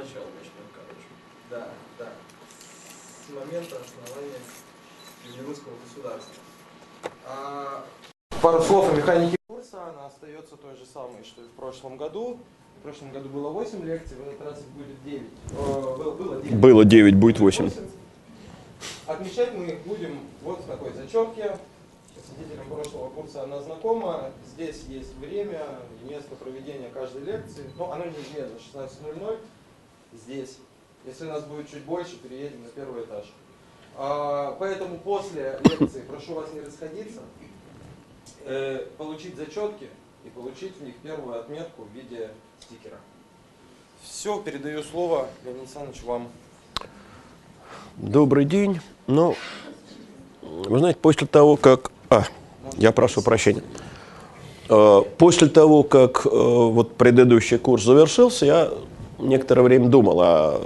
начала начнем, короче. Да, да. С момента основания древнерусского государства. Пару слов о механике курса. Она остается той же самой, что и в прошлом году. В прошлом году было 8 лекций, в этот раз их будет 9. Было 9. Было 9, будет 8. Отмечать мы их будем вот в такой зачетке. Посетителям прошлого курса она знакома. Здесь есть время и место проведения каждой лекции. Но оно неизменно, 16:00. Здесь. Если нас будет чуть больше, переедем на первый этаж. Поэтому после лекции прошу вас не расходиться, получить зачетки и получить в них первую отметку в виде стикера. Все, передаю слово, Леонид Александрович, вам. Добрый день. Ну, вы знаете, после того, как... я прошу прощения. После того, как вот предыдущий курс завершился, я некоторое время думал,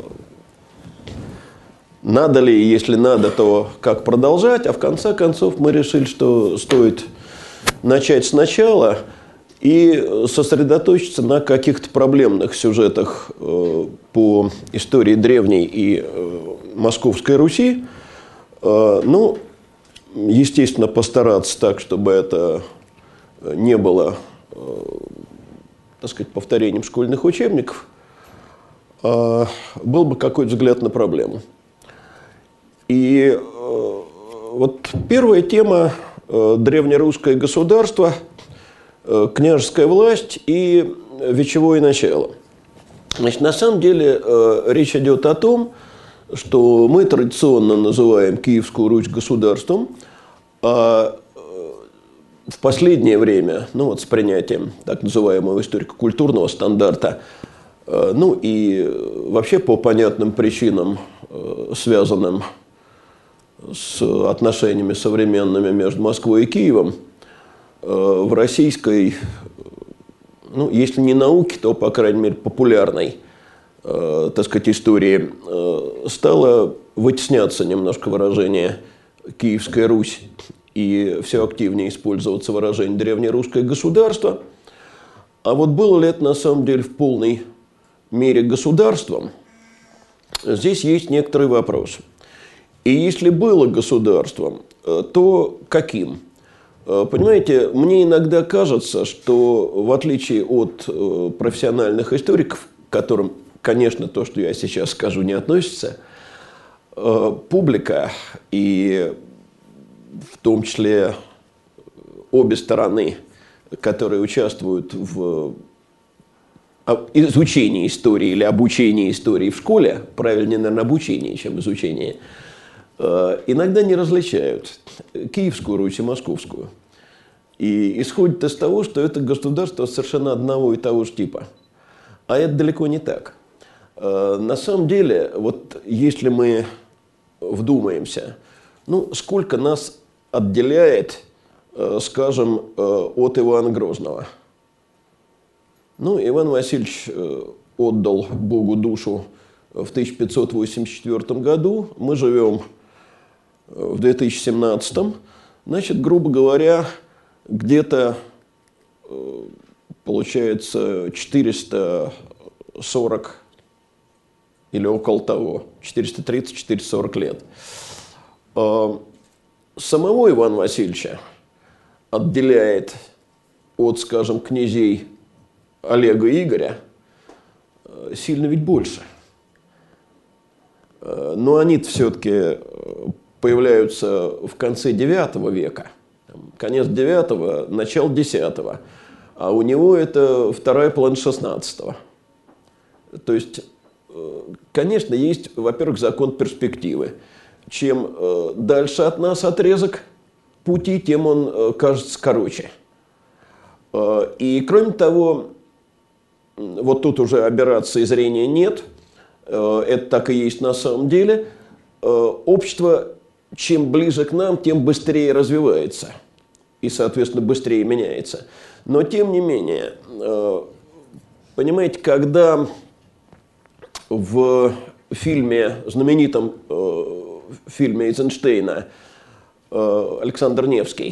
надо ли, если надо, то как продолжать. А в конце концов мы решили, что стоит начать сначала и сосредоточиться на каких-то проблемных сюжетах по истории Древней и Московской Руси. Ну, естественно, постараться так, чтобы это не было, так сказать, повторением школьных учебников. Был бы какой-то взгляд на проблему. И вот первая тема – древнерусское государство, княжеская власть и вечевое начало. Значит, на самом деле речь идет о том, что мы традиционно называем Киевскую Русь государством, а в последнее время, ну вот с принятием так называемого историко-культурного стандарта, ну и вообще по понятным причинам, связанным с отношениями современными между Москвой и Киевом, в российской, ну, если не науке, то, по крайней мере, популярной, так сказать, истории стало вытесняться немножко выражение «Киевская Русь» и все активнее использоваться выражение «древнерусское государство». А вот было ли это на самом деле в полной мере государством? Здесь есть некоторый вопрос. И если было государством, то каким? Понимаете, мне иногда кажется, что в отличие от профессиональных историков, к которым, конечно, то, что я сейчас скажу, не относится, публика и в том числе обе стороны, которые участвуют в изучении истории или обучении истории в школе, правильнее, наверное, обучение, чем изучение, иногда не различают Киевскую Русь и Московскую. И исходит из того, что это государство совершенно одного и того же типа. А это далеко не так. На самом деле, вот если мы вдумаемся, ну, сколько нас отделяет, скажем, от Ивана Грозного? Ну, Иван Васильевич отдал Богу душу в 1584 году. Мы живем в 2017. Значит, грубо говоря, где-то, получается, 440 или около того, 430-440 лет. Самого Ивана Васильевича отделяет от, скажем, князей Олега и Игоря сильно ведь больше. Но они-то все-таки появляются в конце IX века, конец IX, начало X, а у него это вторая половина XVI. То есть, конечно, есть, во-первых, закон перспективы. Чем дальше от нас отрезок пути, тем он кажется короче. И кроме того, вот тут уже аберрации зрения нет, это так и есть на самом деле. Общество, чем ближе к нам, тем быстрее развивается и, соответственно, быстрее меняется. Но, тем не менее, понимаете, когда в фильме, знаменитом фильме Эйзенштейна Александр Невский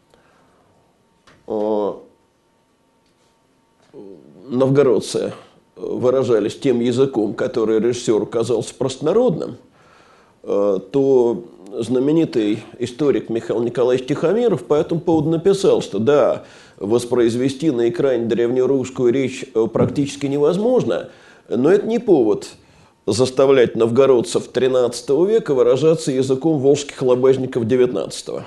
новгородцы выражались тем языком, который режиссеру казался простонародным, то знаменитый историк Михаил Николаевич Тихомиров по этому поводу написал, что да, воспроизвести на экране древнерусскую речь практически невозможно, но это не повод заставлять новгородцев XIII века выражаться языком волжских лобазников XIX.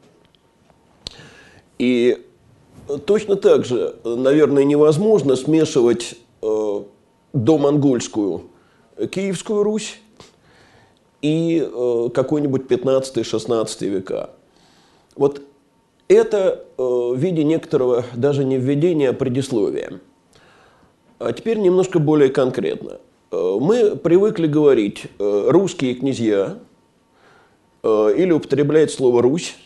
И точно так же, наверное, невозможно смешивать домонгольскую Киевскую Русь и какой-нибудь 15-16 века. Вот это в виде некоторого, даже не введения, а предисловия. А теперь немножко более конкретно. Мы привыкли говорить «русские князья» или употреблять слово «Русь».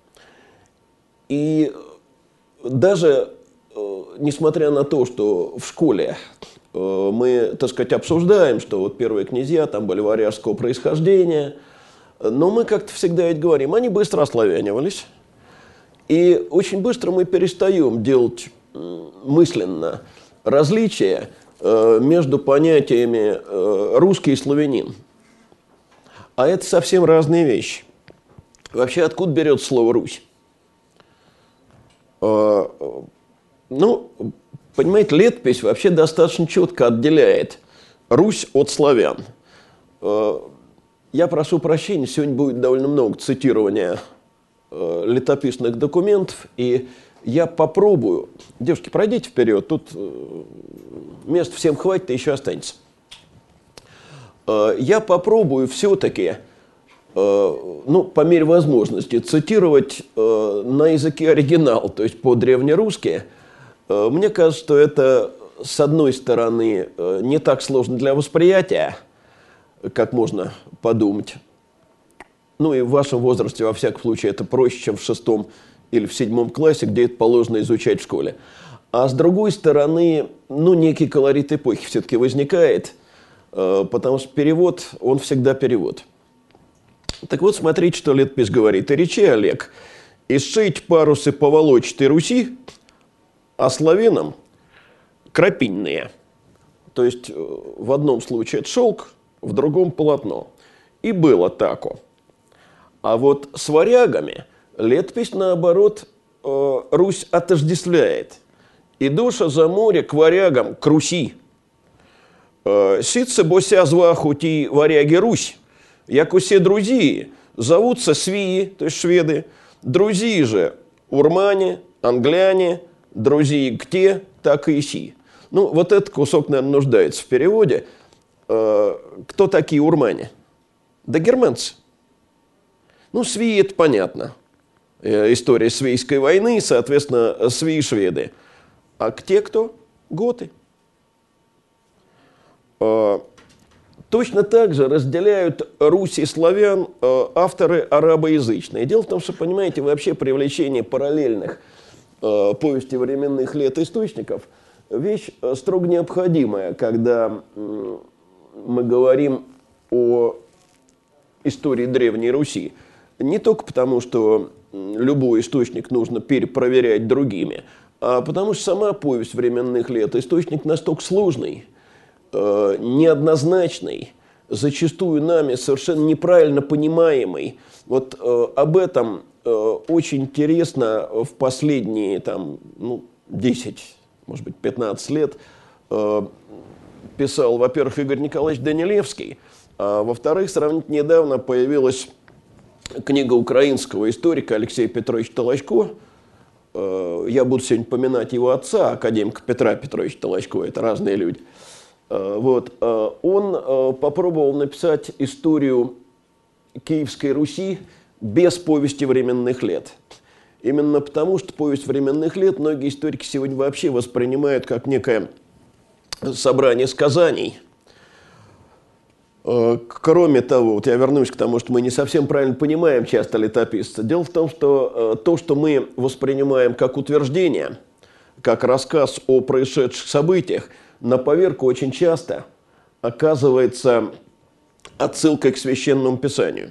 И даже несмотря на то, что в школе мы, так сказать, обсуждаем, что вот первые князья там были варяжского происхождения, но мы как-то всегда ведь говорим, они быстро ославянивались. И очень быстро мы перестаем делать мысленно различия между понятиями русский и славянин. А это совсем разные вещи. Вообще, откуда берется слово «Русь»? Ну, понимаете, летопись вообще достаточно четко отделяет Русь от славян. Я прошу прощения, сегодня будет довольно много цитирования летописных документов, и я попробую... Девушки, пройдите вперед, тут места всем хватит, и еще останется. Я попробую все-таки, ну, по мере возможности, цитировать на языке оригинал, то есть по-древнерусски. Мне кажется, что это, с одной стороны, не так сложно для восприятия, как можно подумать. Ну и в вашем возрасте, во всяком случае, это проще, чем в 6 или в 7 классе, где это положено изучать в школе. А с другой стороны, ну, некий колорит эпохи все-таки возникает, потому что перевод, он всегда перевод. Так вот, смотрите, что летопись говорит. «И речи, Олег, и сшить парусы поволочатой Руси, а славянам крапинные». То есть в одном случае это шелк, в другом полотно. И было тако. А вот с варягами летопись, наоборот, Русь отождествляет. «И душа за море к варягам, к Руси. Ситце бося зваху ті варяги Русь, як усе друзии, зовутся свии, то есть шведы, друзии же урмане, англяне, друзии где, так и си». Ну, вот этот кусок, наверное, нуждается в переводе. Кто такие урмане? Да германцы. Ну, свии – это понятно. История Свейской войны, соответственно, свии-шведы. А те кто? Готы. Точно так же разделяют Русь и славян авторы арабоязычные. Дело в том, что, понимаете, вообще привлечение параллельных повести временных лет источников – вещь строго необходимая, когда мы говорим о истории Древней Руси. Не только потому, что любой источник нужно перепроверять другими, а потому что сама повесть временных лет – источник настолько сложный, неоднозначный, зачастую нами совершенно неправильно понимаемый. Вот об этом очень интересно в последние там, 10, может быть, 15 лет писал, во-первых, Игорь Николаевич Данилевский, а во-вторых, сравнительно недавно появилась книга украинского историка Алексея Петровича Толочко. Я буду сегодня поминать его отца, академика Петра Петровича Толочко, это разные люди. Вот. Он попробовал написать историю Киевской Руси без повести временных лет. Именно потому, что повесть временных лет многие историки сегодня вообще воспринимают как некое собрание сказаний. Кроме того, вот я вернусь к тому, что мы не совсем правильно понимаем часто летописца. Дело в том, что то, что мы воспринимаем как утверждение, как рассказ о происшедших событиях, на поверку очень часто оказывается отсылкой к Священному Писанию.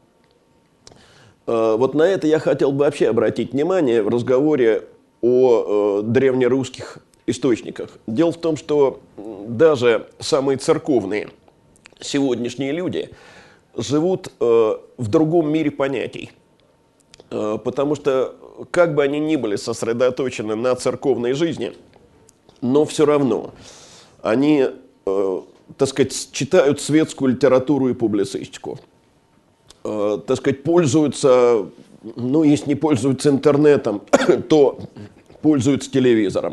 Вот на это я хотел бы вообще обратить внимание в разговоре о древнерусских источниках. Дело в том, что даже самые церковные сегодняшние люди живут в другом мире понятий. Потому что, как бы они ни были сосредоточены на церковной жизни, но все равно они, так сказать, читают светскую литературу и публицистику. Так сказать, пользуются, ну, если не пользуются интернетом, то пользуются телевизором.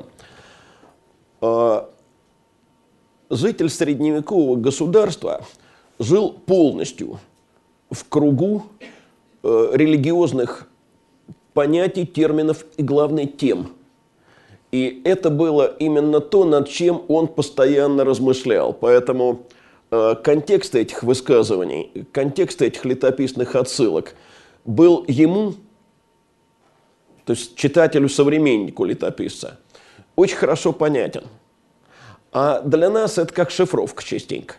Житель средневекового государства жил полностью в кругу религиозных понятий, терминов и, главное, тем. И это было именно то, над чем он постоянно размышлял. Поэтому контекст этих высказываний, контекст этих летописных отсылок был ему, то есть читателю-современнику летописца, очень хорошо понятен. А для нас это как шифровка частенько.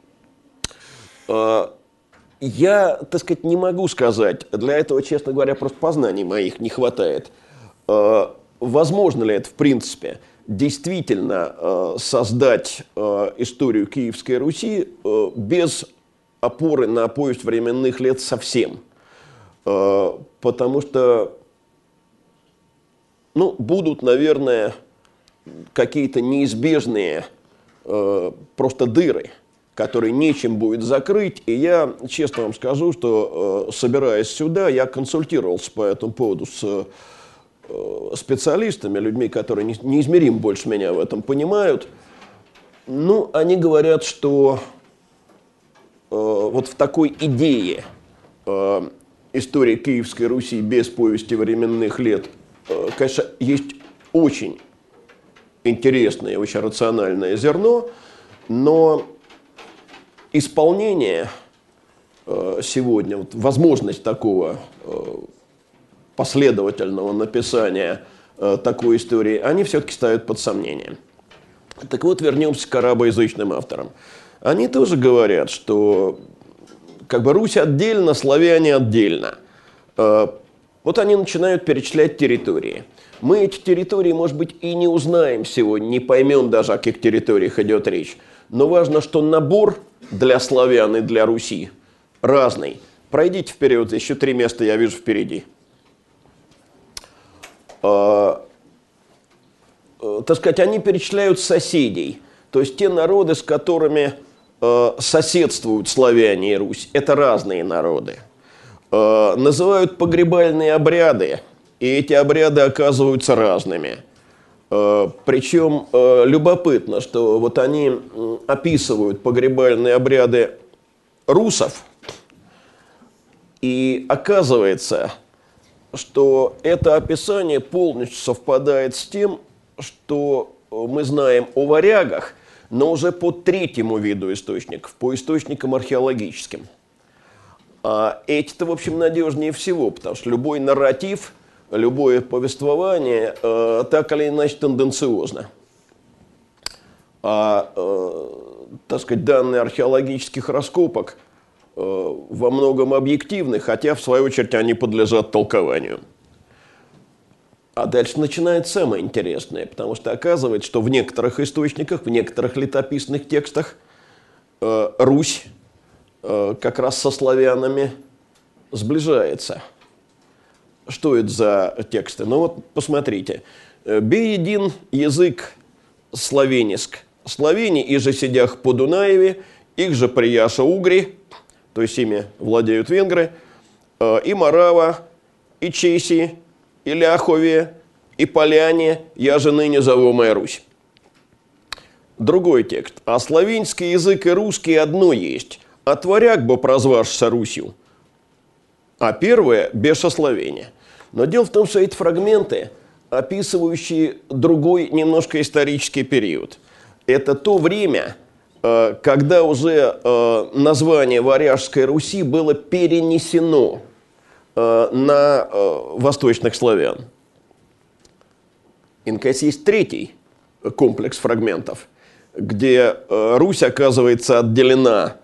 Я, так сказать, не могу сказать, для этого, честно говоря, просто познаний моих не хватает. Возможно ли это, в принципе, действительно создать историю Киевской Руси без опоры на повесть временных лет совсем? Потому что, ну, будут, наверное, какие-то неизбежные просто дыры, которые нечем будет закрыть. И я честно вам скажу, что, собираясь сюда, я консультировался по этому поводу с специалистами, людьми, которые неизмеримо больше меня в этом понимают. Ну, они говорят, что вот в такой идее истории Киевской Руси без повести временных лет, конечно, есть очень интересное, очень рациональное зерно, но исполнение сегодня, вот возможность такого последовательного написания такой истории, они все-таки ставят под сомнение. Так вот, вернемся к арабоязычным авторам. Они тоже говорят, что как бы Русь отдельно, славяне отдельно. Вот они начинают перечислять территории. Мы эти территории, может быть, и не узнаем сегодня, не поймем даже, о каких территориях идет речь. Но важно, что набор для славян и для Руси разный. Пройдите вперед, еще 3 места я вижу впереди. Так сказать, они перечисляют соседей. То есть те народы, с которыми соседствуют славяне и Русь. Это разные народы. Называют погребальные обряды, и эти обряды оказываются разными. Причем любопытно, что вот они описывают погребальные обряды русов, и оказывается, что это описание полностью совпадает с тем, что мы знаем о варягах, но уже по 3-му виду источников, по источникам археологическим. А эти-то, в общем, надежнее всего, потому что любой нарратив, любое повествование так или иначе тенденциозно. А, так сказать, данные археологических раскопок во многом объективны, хотя, в свою очередь, они подлежат толкованию. А дальше начинается самое интересное, потому что оказывается, что в некоторых источниках, в некоторых летописных текстах Русь как раз со славянами сближается. Что это за тексты? Ну вот, посмотрите. «Бе един язык славениск. Славяне, иже сидях по Дунаеве, их же прияша угри», то есть ими владеют венгры, «и Морава, и Чеси, и Ляхове, и Поляне, я же ныне зовомая Русь». Другой текст. «А славянский язык и русский одно есть, а варяг бы прозвашься Русью». А первое – бешословение. Но дело в том, что эти фрагменты, описывающие другой немножко исторический период. Это то время, когда уже название Варяжской Руси было перенесено на восточных славян. И, наконец, есть 3-й комплекс фрагментов, где Русь оказывается отделена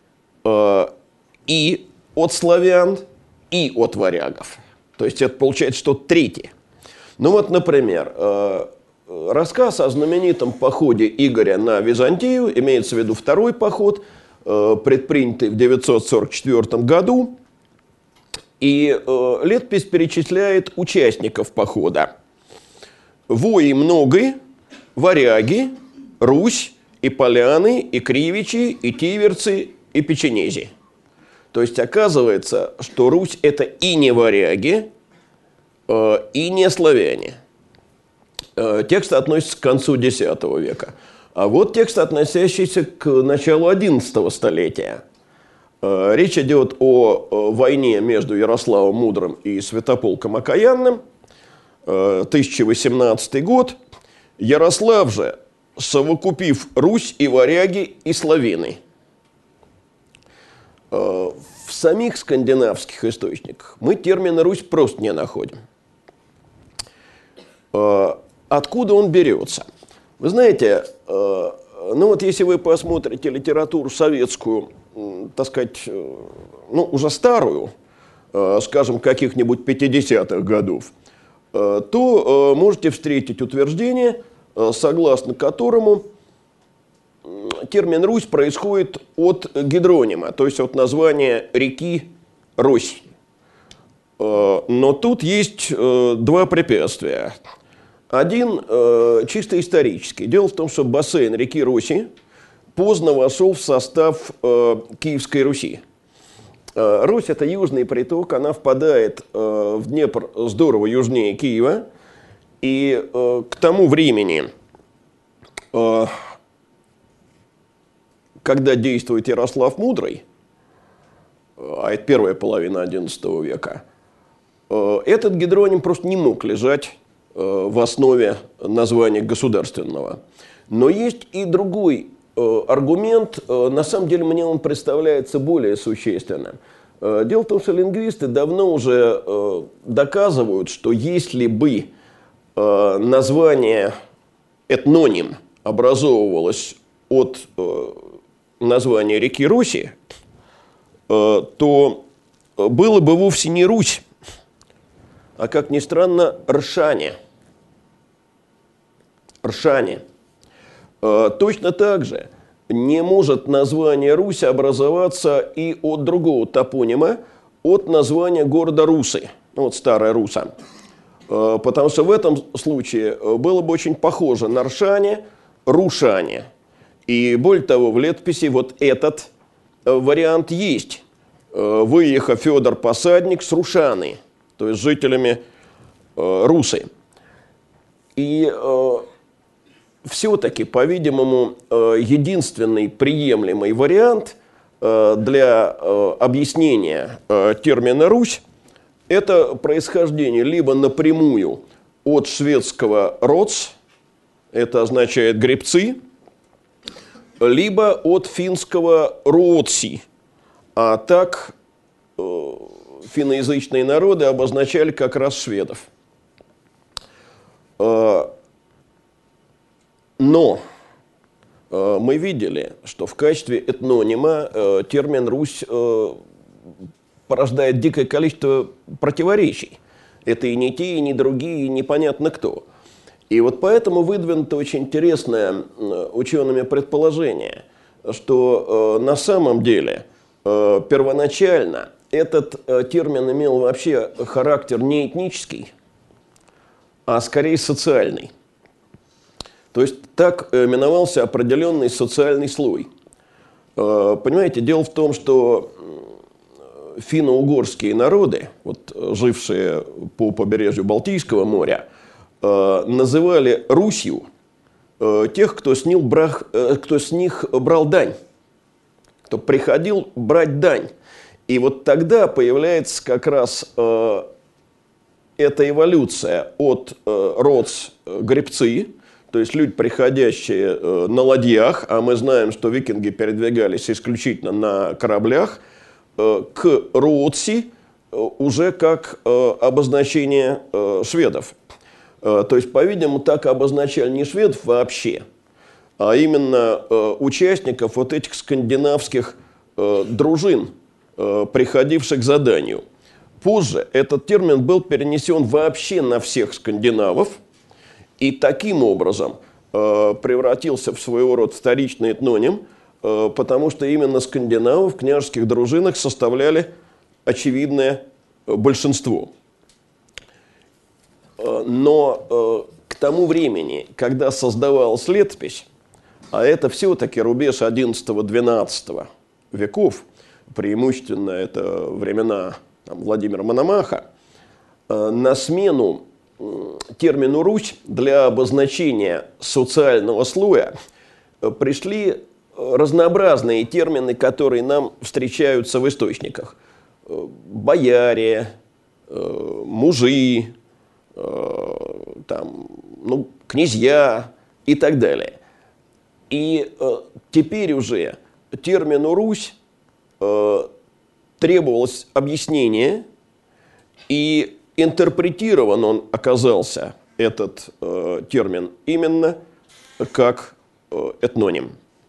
и от славян, и от варягов. То есть это получается что-то 3-е. Ну вот, например, рассказ о знаменитом походе Игоря на Византию, имеется в виду второй поход, предпринятый в 944 году. И летопись перечисляет участников похода. Вои многие, варяги, Русь, и поляны, и кривичи, и тиверцы, и печенези. То есть оказывается, что Русь – это и не варяги, и не славяне. Текст относится к концу X века. А вот текст, относящийся к началу XI столетия. Речь идет о войне между Ярославом Мудрым и Святополком Окаянным. 1018 год. Ярослав же, совокупив Русь и варяги, и славяны. В самих скандинавских источниках мы термина «Русь» просто не находим. Откуда он берется? Вы знаете, ну вот если вы посмотрите литературу советскую, так сказать, ну уже старую, скажем, каких-нибудь 50-х годов, то можете встретить утверждение, согласно которому термин «Русь» происходит от гидронима, то есть от названия реки Рось. Но тут есть два препятствия. Один чисто исторический. Дело в том, что бассейн реки Роси поздно вошел в состав Киевской Руси. Русь – это южный приток, она впадает в Днепр здорово южнее Киева. И к тому времени, когда действует Ярослав Мудрый, а это первая половина XI века, этот гидроним просто не мог лежать в основе названия государственного. Но есть и другой аргумент, на самом деле мне он представляется более существенным. Дело в том, что лингвисты давно уже доказывают, что если бы название этноним образовывалось от названия реки Руси, то было бы вовсе не Русь, а, как ни странно, Ршане. Ршане. Точно так же не может название Русь образоваться и от другого топонима, от названия города Русы, вот Старая Руса. Потому что в этом случае было бы очень похоже на Ршане, Рушане. И более того, в летописи вот этот вариант есть. Выехал Федор Посадник с Рушаны, то есть жителями Русы. И все-таки, по-видимому, единственный приемлемый вариант для объяснения термина «Русь» – это происхождение либо напрямую от шведского «родс», это означает «гребцы», либо от финского «руотси», а так финноязычные народы обозначали как раз шведов. Но мы видели, что в качестве этнонима термин «Русь» порождает дикое количество противоречий. Это и не те, и не другие, и непонятно кто. И вот поэтому выдвинуто очень интересное учеными предположение, что на самом деле первоначально этот термин имел вообще характер не этнический, а скорее социальный. То есть так именовался определенный социальный слой. Понимаете, дело в том, что финно-угорские народы, вот, жившие по побережью Балтийского моря, называли Русью тех, кто с них брал дань, кто приходил брать дань. И вот тогда появляется как раз эта эволюция от «родс» – гребцы, то есть люди, приходящие на ладьях, а мы знаем, что викинги передвигались исключительно на кораблях, к «руотси» уже как обозначение шведов. То есть, по-видимому, так обозначали не шведов вообще, а именно участников вот этих скандинавских дружин, приходивших к заданию. Позже этот термин был перенесен вообще на всех скандинавов, и таким образом превратился в своего рода вторичный этноним, потому что именно скандинавы в княжеских дружинах составляли очевидное большинство. Но к тому времени, когда создавалась летопись, а это все-таки рубеж XI-XII веков, преимущественно это времена Владимира Мономаха, на смену термину «Русь» для обозначения социального слоя пришли разнообразные термины, которые нам встречаются в источниках. Бояре, мужи, князья и так далее. И теперь уже термину «Русь» требовалось объяснение, и интерпретирован он оказался, этот термин, именно как этноним.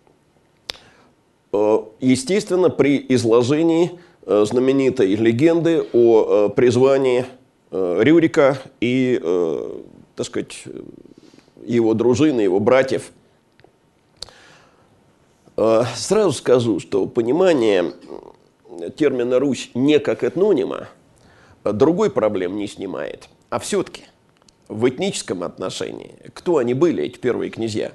Естественно, при изложении знаменитой легенды о призвании Рюрика и, так сказать, его дружины, его братьев. Сразу скажу, что понимание термина «Русь» не как этнонима другой проблем не снимает. А все-таки в этническом отношении кто они были, эти первые князья?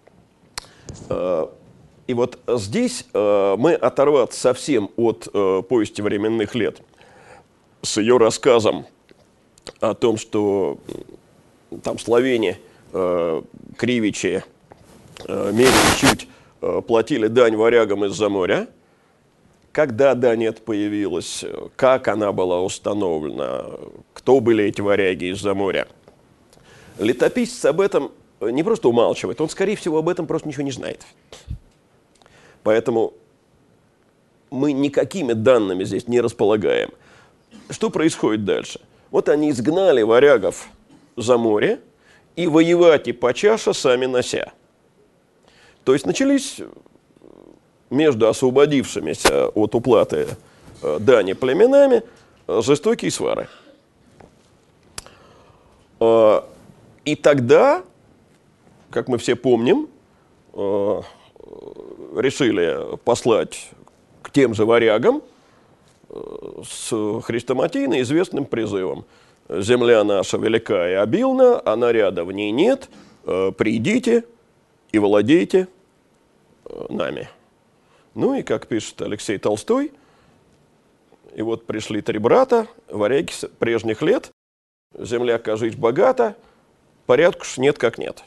И вот здесь мы оторваться совсем от повести временных лет с ее рассказом о том, что там славяне, кривичи, мере чуть платили дань варягам из-за моря. Когда дань эта появилась, как она была установлена, кто были эти варяги из-за моря. Летописец об этом не просто умалчивает, он, скорее всего, об этом просто ничего не знает. Поэтому мы никакими данными здесь не располагаем. Что происходит дальше? Вот они изгнали варягов за море и воевать и почаша сами нося. То есть начались между освободившимися от уплаты дани племенами жестокие свары. И тогда, как мы все помним, решили послать к тем же варягам с хрестоматийно известным призывом: «Земля наша велика и обильна, а наряда в ней нет, придите и владейте нами». Ну и, как пишет Алексей Толстой, и вот пришли три брата, варяги прежних лет, земля, кажись, богата, порядку ж нет как нет.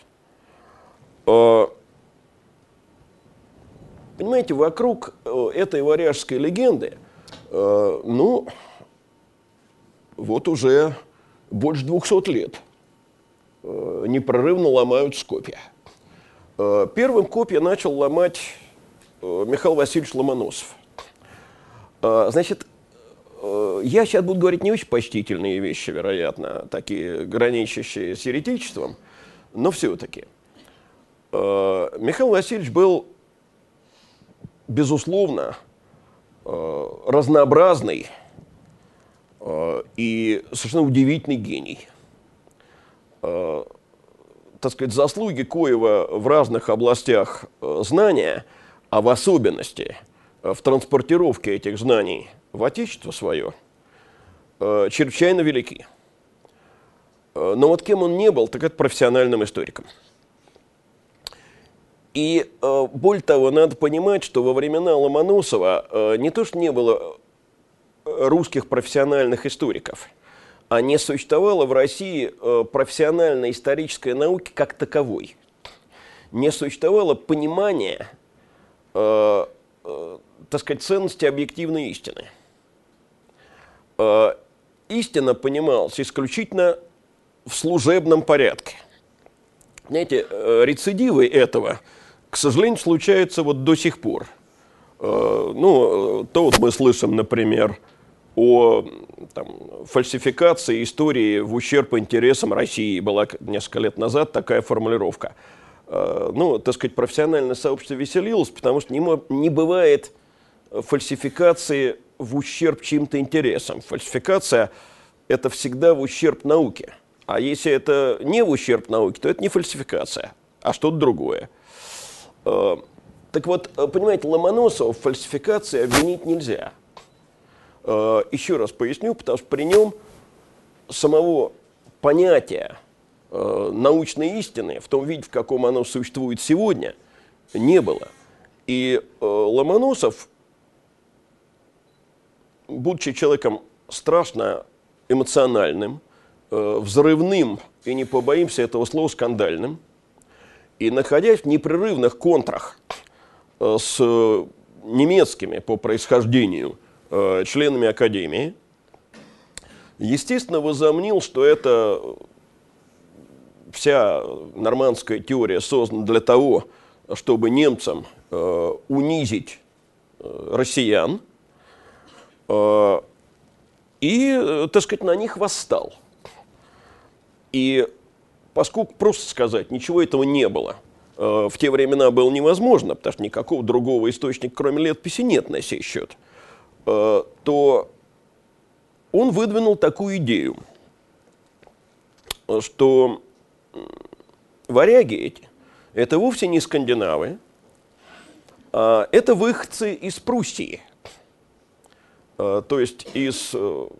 Понимаете, вокруг этой варяжской легенды, ну, вот уже больше 200 лет непрерывно ломаются копья. Первым копья начал ломать Михаил Васильевич Ломоносов. Значит, я сейчас буду говорить не очень почтительные вещи, вероятно, такие граничащие с еретичеством, но все-таки. Михаил Васильевич был, безусловно, разнообразный и совершенно удивительный гений. Так сказать, заслуги коего в разных областях знания, а в особенности в транспортировке этих знаний в отечество свое, чрезвычайно велики. Но вот кем он не был, так это профессиональным историком. И более того, надо понимать, что во времена Ломоносова не то что не было русских профессиональных историков, а не существовало в России профессиональной исторической науки как таковой. Не существовало понимания, так сказать, ценности объективной истины. Истина понималась исключительно в служебном порядке. Знаете, рецидивы этого, к сожалению, случаются вот до сих пор. Ну, то вот мы слышим, например, о фальсификации истории в ущерб интересам России. Была несколько лет назад такая формулировка. Ну, так сказать, профессиональное сообщество веселилось, потому что не бывает фальсификации в ущерб чьим-то интересам. Фальсификация – это всегда в ущерб науке. А если это не в ущерб науке, то это не фальсификация, а что-то другое. Так вот, понимаете, Ломоносова в фальсификации обвинить нельзя. Еще раз поясню, потому что при нем самого понятия научной истины в том виде, в каком оно существует сегодня, не было. И Ломоносов, будучи человеком страшно эмоциональным, взрывным и, не побоимся этого слова, скандальным, и находясь в непрерывных контрах с немецкими по происхождению членами Академии, естественно, возомнил, что это вся нормандская теория создана для того, чтобы немцам унизить россиян, и, так сказать, на них восстал. И поскольку, просто сказать, ничего этого не было, в те времена было невозможно, потому что никакого другого источника, кроме летописи, нет на сей счет, то он выдвинул такую идею, что варяги эти – это вовсе не скандинавы, а это выходцы из Пруссии, то есть из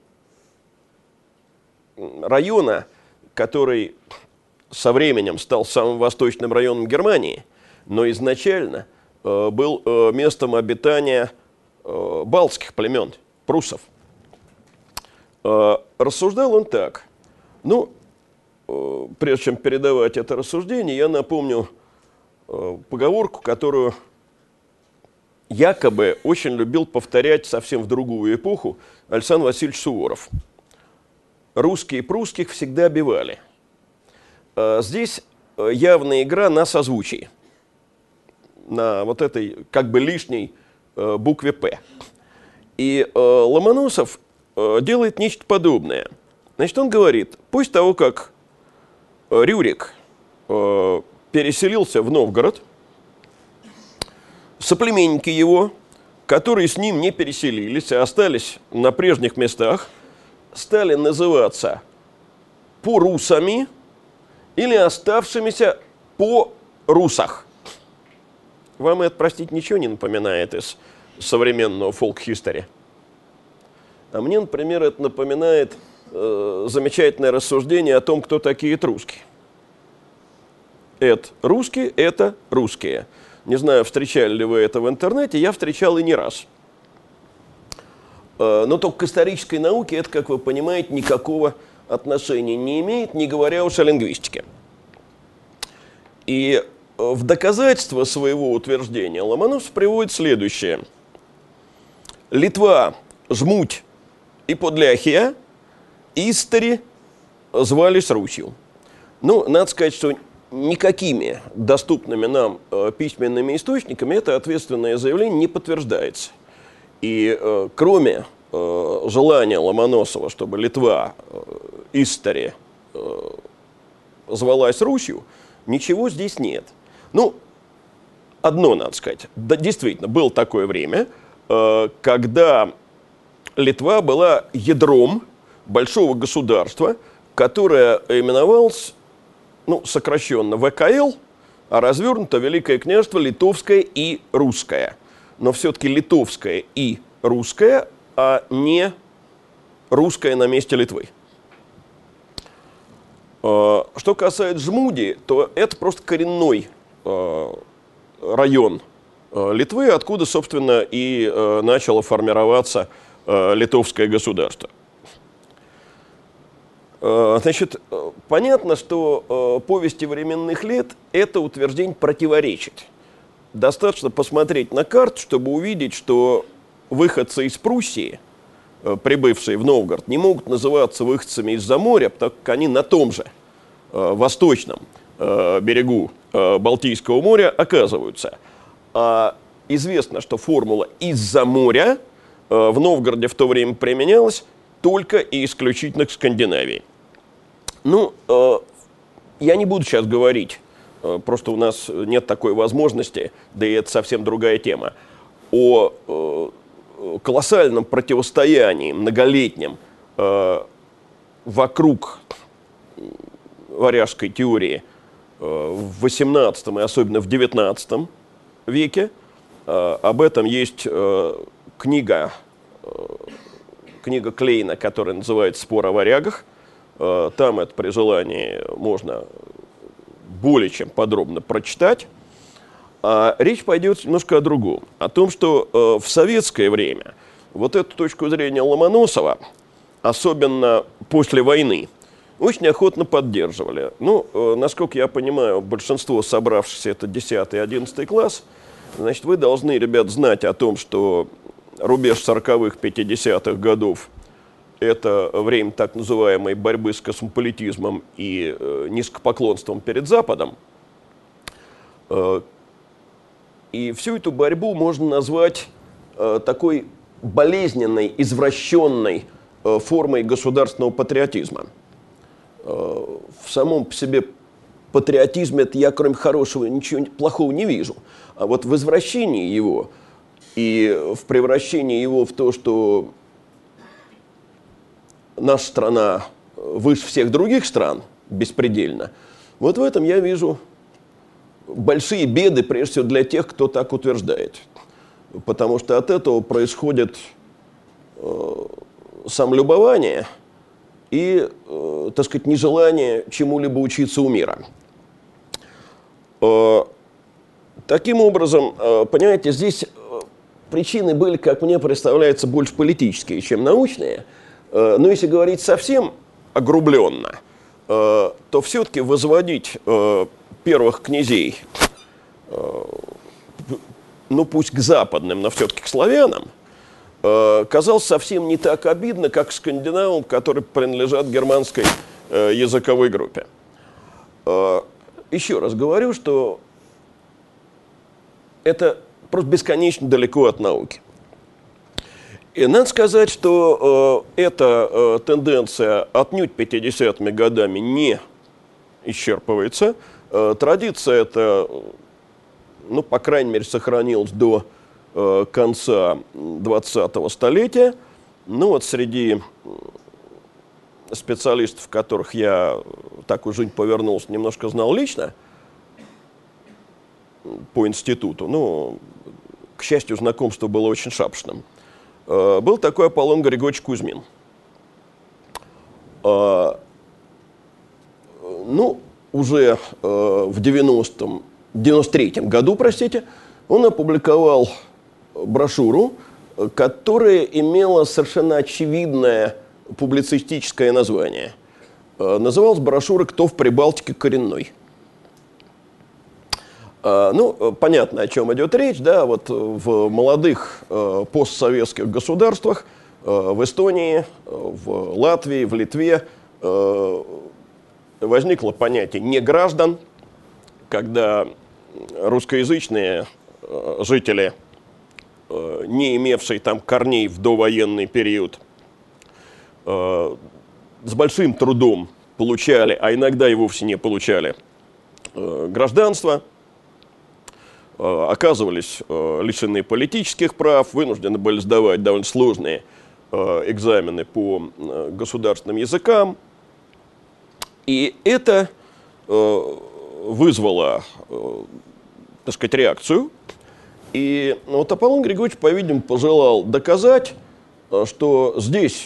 района, который со временем стал самым восточным районом Германии, но изначально был местом обитания балтских племен, пруссов. Рассуждал он так. Ну, прежде чем передавать это рассуждение, я напомню поговорку, которую якобы очень любил повторять совсем в другую эпоху Александр Васильевич Суворов. Русские прусских всегда бивали. Здесь явная игра на созвучии, на вот этой как бы лишней букве «П». И Ломоносов делает нечто подобное. Значит, он говорит, после того, как Рюрик переселился в Новгород, соплеменники его, которые с ним не переселились, а остались на прежних местах, стали называться порусами или оставшимися по русах. Вам это, простите, ничего не напоминает из современного фолк-хистори? А мне, например, это напоминает замечательное рассуждение о том, кто такие этруски. Это русские, это русские. Не знаю, встречали ли вы это в интернете, я встречал и не раз. Но только к исторической науке это, как вы понимаете, никакого отношения не имеет, не говоря уж о лингвистике. И в доказательство своего утверждения Ломоносов приводит следующее. Литва, Жмуть и Подляхия истори звались Русью. Ну, надо сказать, что никакими доступными нам письменными источниками это ответственное заявление не подтверждается. И кроме желания Ломоносова, чтобы Литва, истори звалась Русью, ничего здесь нет. Ну, одно надо сказать. Да, действительно, было такое время, когда Литва была ядром большого государства, которое именовалось, ну, сокращенно ВКЛ, а развернуто Великое княжество Литовское и Русское. Но все-таки Литовское и Русское, а не Русское на месте Литвы. Что касается Жмуди, то это просто коренной район Литвы, откуда, собственно, и начало формироваться литовское государство. Значит, понятно, что повести временных лет это утверждение противоречит. Достаточно посмотреть на карту, чтобы увидеть, что выходцы из Пруссии, прибывшие в Новгород, не могут называться выходцами из-за моря, так как они на том же восточном берегу Балтийского моря оказываются. А известно, что формула «из-за моря» в Новгороде в то время применялась только и исключительно к Скандинавии. Ну, я не буду сейчас говорить, просто у нас нет такой возможности, да и это совсем другая тема, о колоссальном противостоянии многолетнем вокруг варяжской теории в XVIII и особенно в XIX веке. Об этом есть книга Клейна, которая называется «Спор о варягах». Там это при желании можно более чем подробно прочитать. А речь пойдет немножко о другом. О том, что в советское время вот эту точку зрения Ломоносова, особенно после войны, очень охотно поддерживали. Ну, насколько я понимаю, большинство собравшихся, это 10 и 11 класс, значит, вы должны, ребят, знать о том, что рубеж 40-х, 50-х годов – это время так называемой борьбы с космополитизмом и низкопоклонством перед Западом. И всю эту борьбу можно назвать такой болезненной, извращенной формой государственного патриотизма. В самом по себе патриотизме я, кроме хорошего, ничего плохого не вижу. А вот в извращении его и в превращении его в то, что наша страна выше всех других стран, беспредельно, вот в этом я вижу большие беды, прежде всего, для тех, кто так утверждает. Потому что от этого происходит самолюбование и, так сказать, нежелание чему-либо учиться у мира. Таким образом, понимаете, здесь причины были, как мне представляется, больше политические, чем научные. Но если говорить совсем огрубленно, то все-таки возводить первых князей, ну пусть к западным, но все-таки к славянам, казалось совсем не так обидно, как к скандинавам, которые принадлежат германской языковой группе. Еще раз говорю, что это просто бесконечно далеко от науки. И надо сказать, что эта тенденция отнюдь 50-ми годами не исчерпывается. Традиция эта, ну, по крайней мере, сохранилась до конца 20-го столетия. Ну, вот среди специалистов, которых я так уж жизнь повернулся, немножко знал лично по институту, ну, к счастью, знакомство было очень шапошным. Был такой Аполлон Григорьевич Кузьмин. Ну, уже в 93-м году, простите, он опубликовал брошюру, которая имела совершенно очевидное публицистическое название. Называлась брошюра «Кто в Прибалтике коренной?». Ну, понятно, о чем идет речь, да, вот в молодых постсоветских государствах, в Эстонии, в Латвии, в Литве возникло понятие неграждан, когда русскоязычные жители, не имевшие там корней в довоенный период, с большим трудом получали, а иногда и вовсе не получали гражданство, оказывались лишены политических прав, вынуждены были сдавать довольно сложные экзамены по государственным языкам. И это вызвало, так сказать, реакцию. И вот Аполлон Григорьевич, по-видимому, пожелал доказать, что здесь,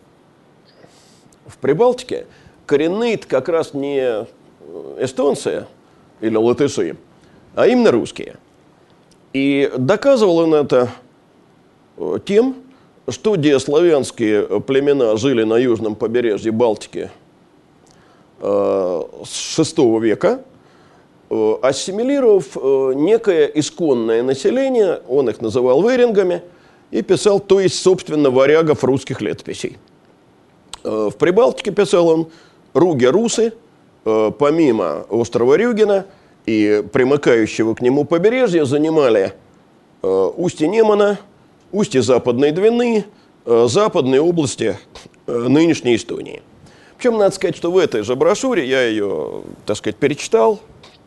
в Прибалтике, коренные как раз не эстонцы или латыши, а именно русские. И доказывал он это тем, что диаславянские племена жили на южном побережье Балтики с VI века, ассимилировав некое исконное население, он их называл вэрингами, и писал, то есть, собственно, варягов русских летописей. В Прибалтике, писал он, руги-русы, помимо острова Рюгена и примыкающего к нему побережья, занимали устье Немана, устье Западной Двины, западные области нынешней Эстонии. Причем, надо сказать, что в этой же брошюре, я ее, так сказать, перечитал,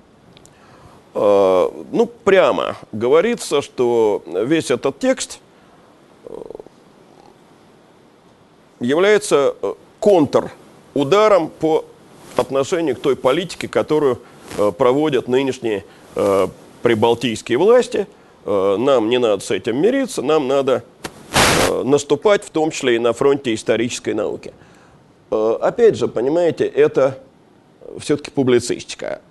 ну, прямо говорится, что весь этот текст является контрударом по отношению к той политике, которую проводят нынешние прибалтийские власти. Нам не надо с этим мириться, нам надо наступать, в том числе и на фронте исторической науки. Опять же, понимаете, это все-таки публицистика.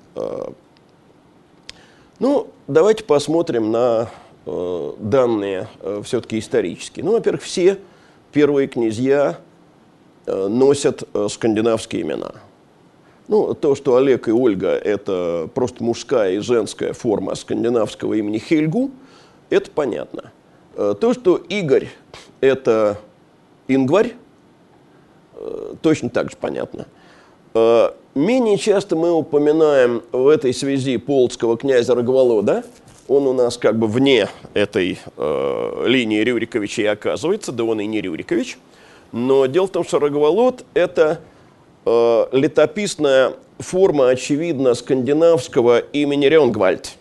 Ну, давайте посмотрим на данные все-таки исторические. Ну, во-первых, все первые князья носят скандинавские имена. Ну, то, что Олег и Ольга – это просто мужская и женская форма скандинавского имени Хельгу, это понятно. То, что Игорь – это Ингварь, точно так же понятно. Менее часто мы упоминаем в этой связи полоцкого князя Рогволода. Он у нас как бы вне этой линии Рюриковича и оказывается, да он и не Рюрикович. Но дело в том, что Рогволод – это летописная форма, очевидно, скандинавского имени Рёнгвальд.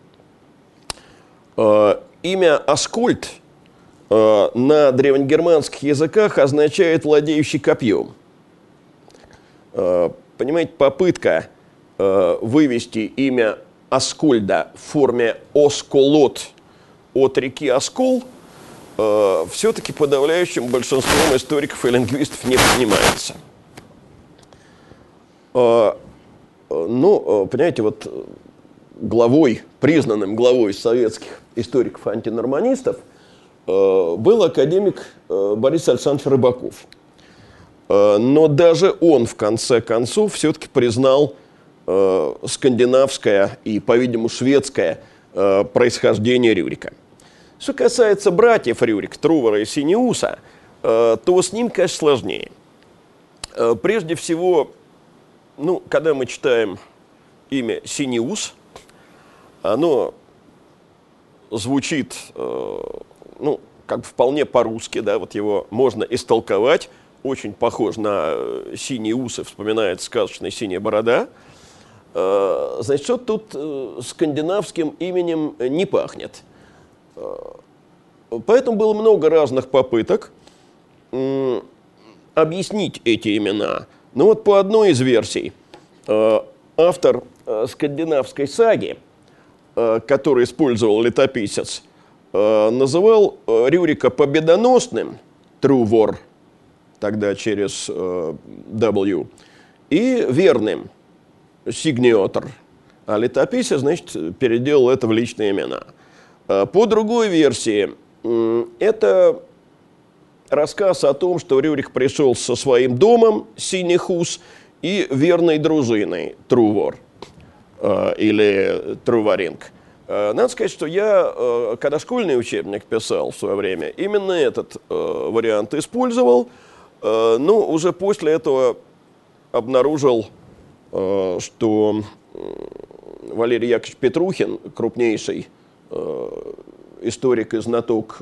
Имя Аскольд на древнегерманских языках означает «владеющий копьем». Понимаете, попытка вывести имя Аскольда в форме Осколот от реки Оскол все-таки подавляющим большинством историков и лингвистов не принимается. Ну, понимаете, вот признанным главой советских историков-антинорманистов был академик Борис Александрович Рыбаков. Но даже он, в конце концов, все-таки признал скандинавское и, по-видимому, шведское происхождение Рюрика. Что касается братьев Рюрик, Трувора и Синеуса, то с ним, конечно, сложнее. Прежде всего, ну, когда мы читаем имя Синеус, оно звучит, ну, как бы вполне по-русски, да, вот его можно истолковать, очень похож на синие усы, вспоминает сказочная синяя борода. Значит, что тут скандинавским именем не пахнет. Поэтому было много разных попыток объяснить эти имена. Ну вот по одной из версий автор скандинавской саги, который использовал летописец, называл Рюрика победоносным, Трувор, тогда через W, и верным, Сигниотр. А летописец, значит, переделал это в личные имена. По другой версии, это рассказ о том, что Рюрик пришел со своим домом, Синехус, и верной дружиной, Трувор, или Труваринг. Надо сказать, что я, когда школьный учебник писал в свое время, именно этот вариант использовал, но уже после этого обнаружил, что Валерий Яковлевич Петрухин, крупнейший историк и знаток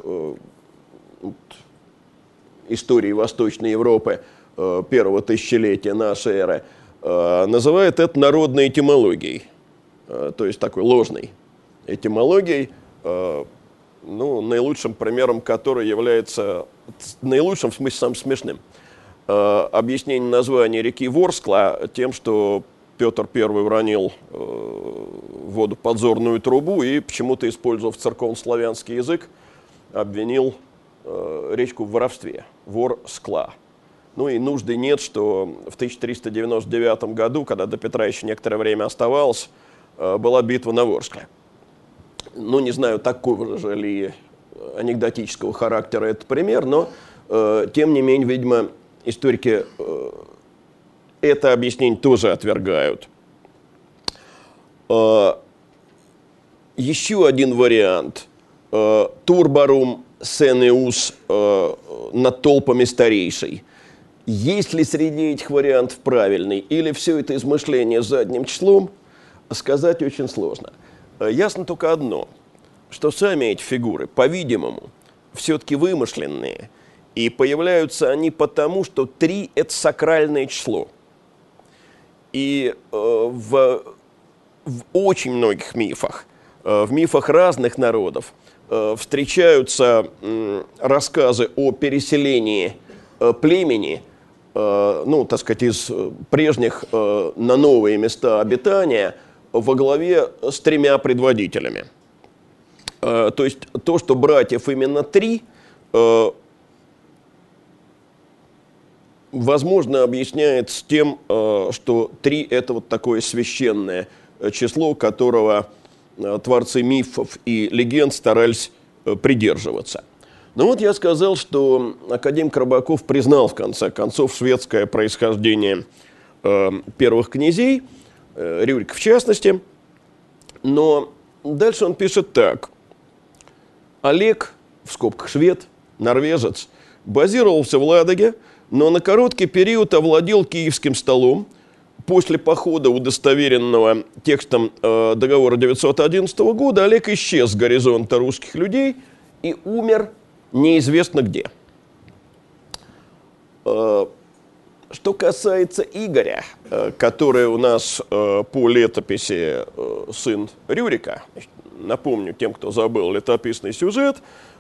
истории Восточной Европы первого тысячелетия нашей эры, называет это народной этимологией, то есть такой ложной этимологией, ну, наилучшим примером которой является, наилучшим в смысле самым смешным, объяснение названия реки Ворскла тем, что Петр I уронил в воду подзорную трубу и, почему-то использовав церковнославянский язык, обвинил речку в воровстве, Ворскла. Ну и нужды нет, что в 1399 году, когда до Петра еще некоторое время оставалось, была битва на Ворскле. Ну, не знаю, такого же ли анекдотического характера этот пример, но, тем не менее, видимо, историки это объяснение тоже отвергают. Еще один вариант. Турбарум сенеус над толпами старейший. Есть ли среди этих вариантов правильный, или все это измышление задним числом, сказать очень сложно. Ясно только одно, что сами эти фигуры, по-видимому, все-таки вымышленные, и появляются они потому, что 3 – это сакральное число. И в очень многих мифах, в мифах разных народов, встречаются рассказы о переселении племени ну, так сказать, из прежних на новые места обитания во главе с 3 предводителями. То есть то, что братьев именно 3, возможно, объясняется тем, что 3 – это вот такое священное число, которого творцы мифов и легенд старались придерживаться. Ну вот я сказал, что академик Рыбаков признал, в конце концов, шведское происхождение первых князей, Рюрика в частности, но дальше он пишет так. Олег, в скобках швед, норвежец, базировался в Ладоге, но на короткий период овладел Киевским столом. После похода, удостоверенного текстом договора 911 года, Олег исчез с горизонта русских людей и умер неизвестно где. Что касается Игоря, который у нас по летописи сын Рюрика, напомню тем, кто забыл летописный сюжет,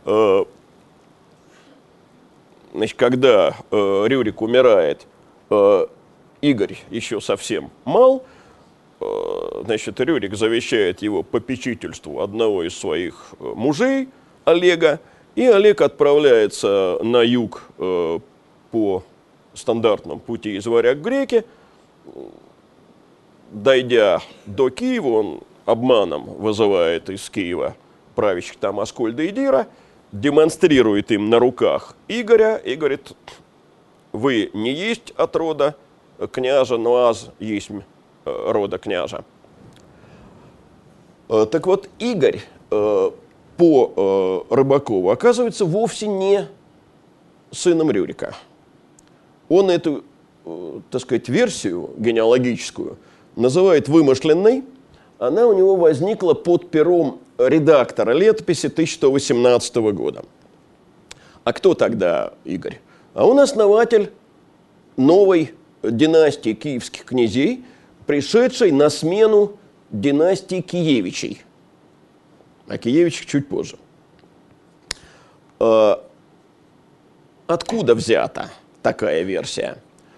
значит, когда Рюрик умирает, Игорь еще совсем мал, значит, Рюрик завещает его попечительству одного из своих мужей, Олега, и Олег отправляется на юг по стандартном пути из Варяг в Греки. Дойдя до Киева, он обманом вызывает из Киева правящих там Аскольда и Дира, демонстрирует им на руках Игоря и говорит: вы не есть от рода княжа, но аз есть рода княжа. Так вот, Игорь по Рыбакову оказывается вовсе не сыном Рюрика. Он эту, так сказать, версию генеалогическую называет вымышленной. Она у него возникла под пером редактора летописи 1118 года. А кто тогда Игорь? А он основатель новой династии киевских князей, пришедшей на смену династии Киевичей. О Киевичах чуть позже. Откуда взята такая версия?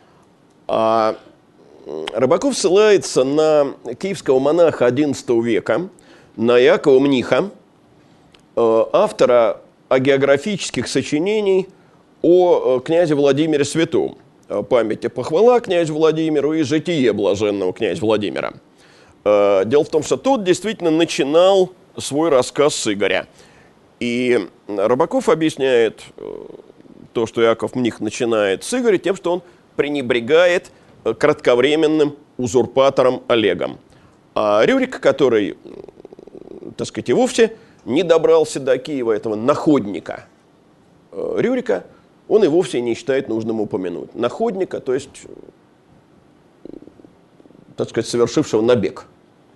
Рыбаков ссылается на киевского монаха XI века, на Якова Мниха, автора агеографических сочинений о князе Владимире Святом, память и похвала князю Владимиру и житие блаженного князя Владимира. Дело в том, что тот действительно начинал свой рассказ с Игоря. И Рыбаков объясняет то, что Яков Мних начинает с Игоря, тем, что он пренебрегает кратковременным узурпатором Олегом. А Рюрик, который, так сказать, и вовсе не добрался до Киева, этого находника Рюрика, он и вовсе не считает нужным упомянуть. Находника, то есть, так сказать, совершившего набег.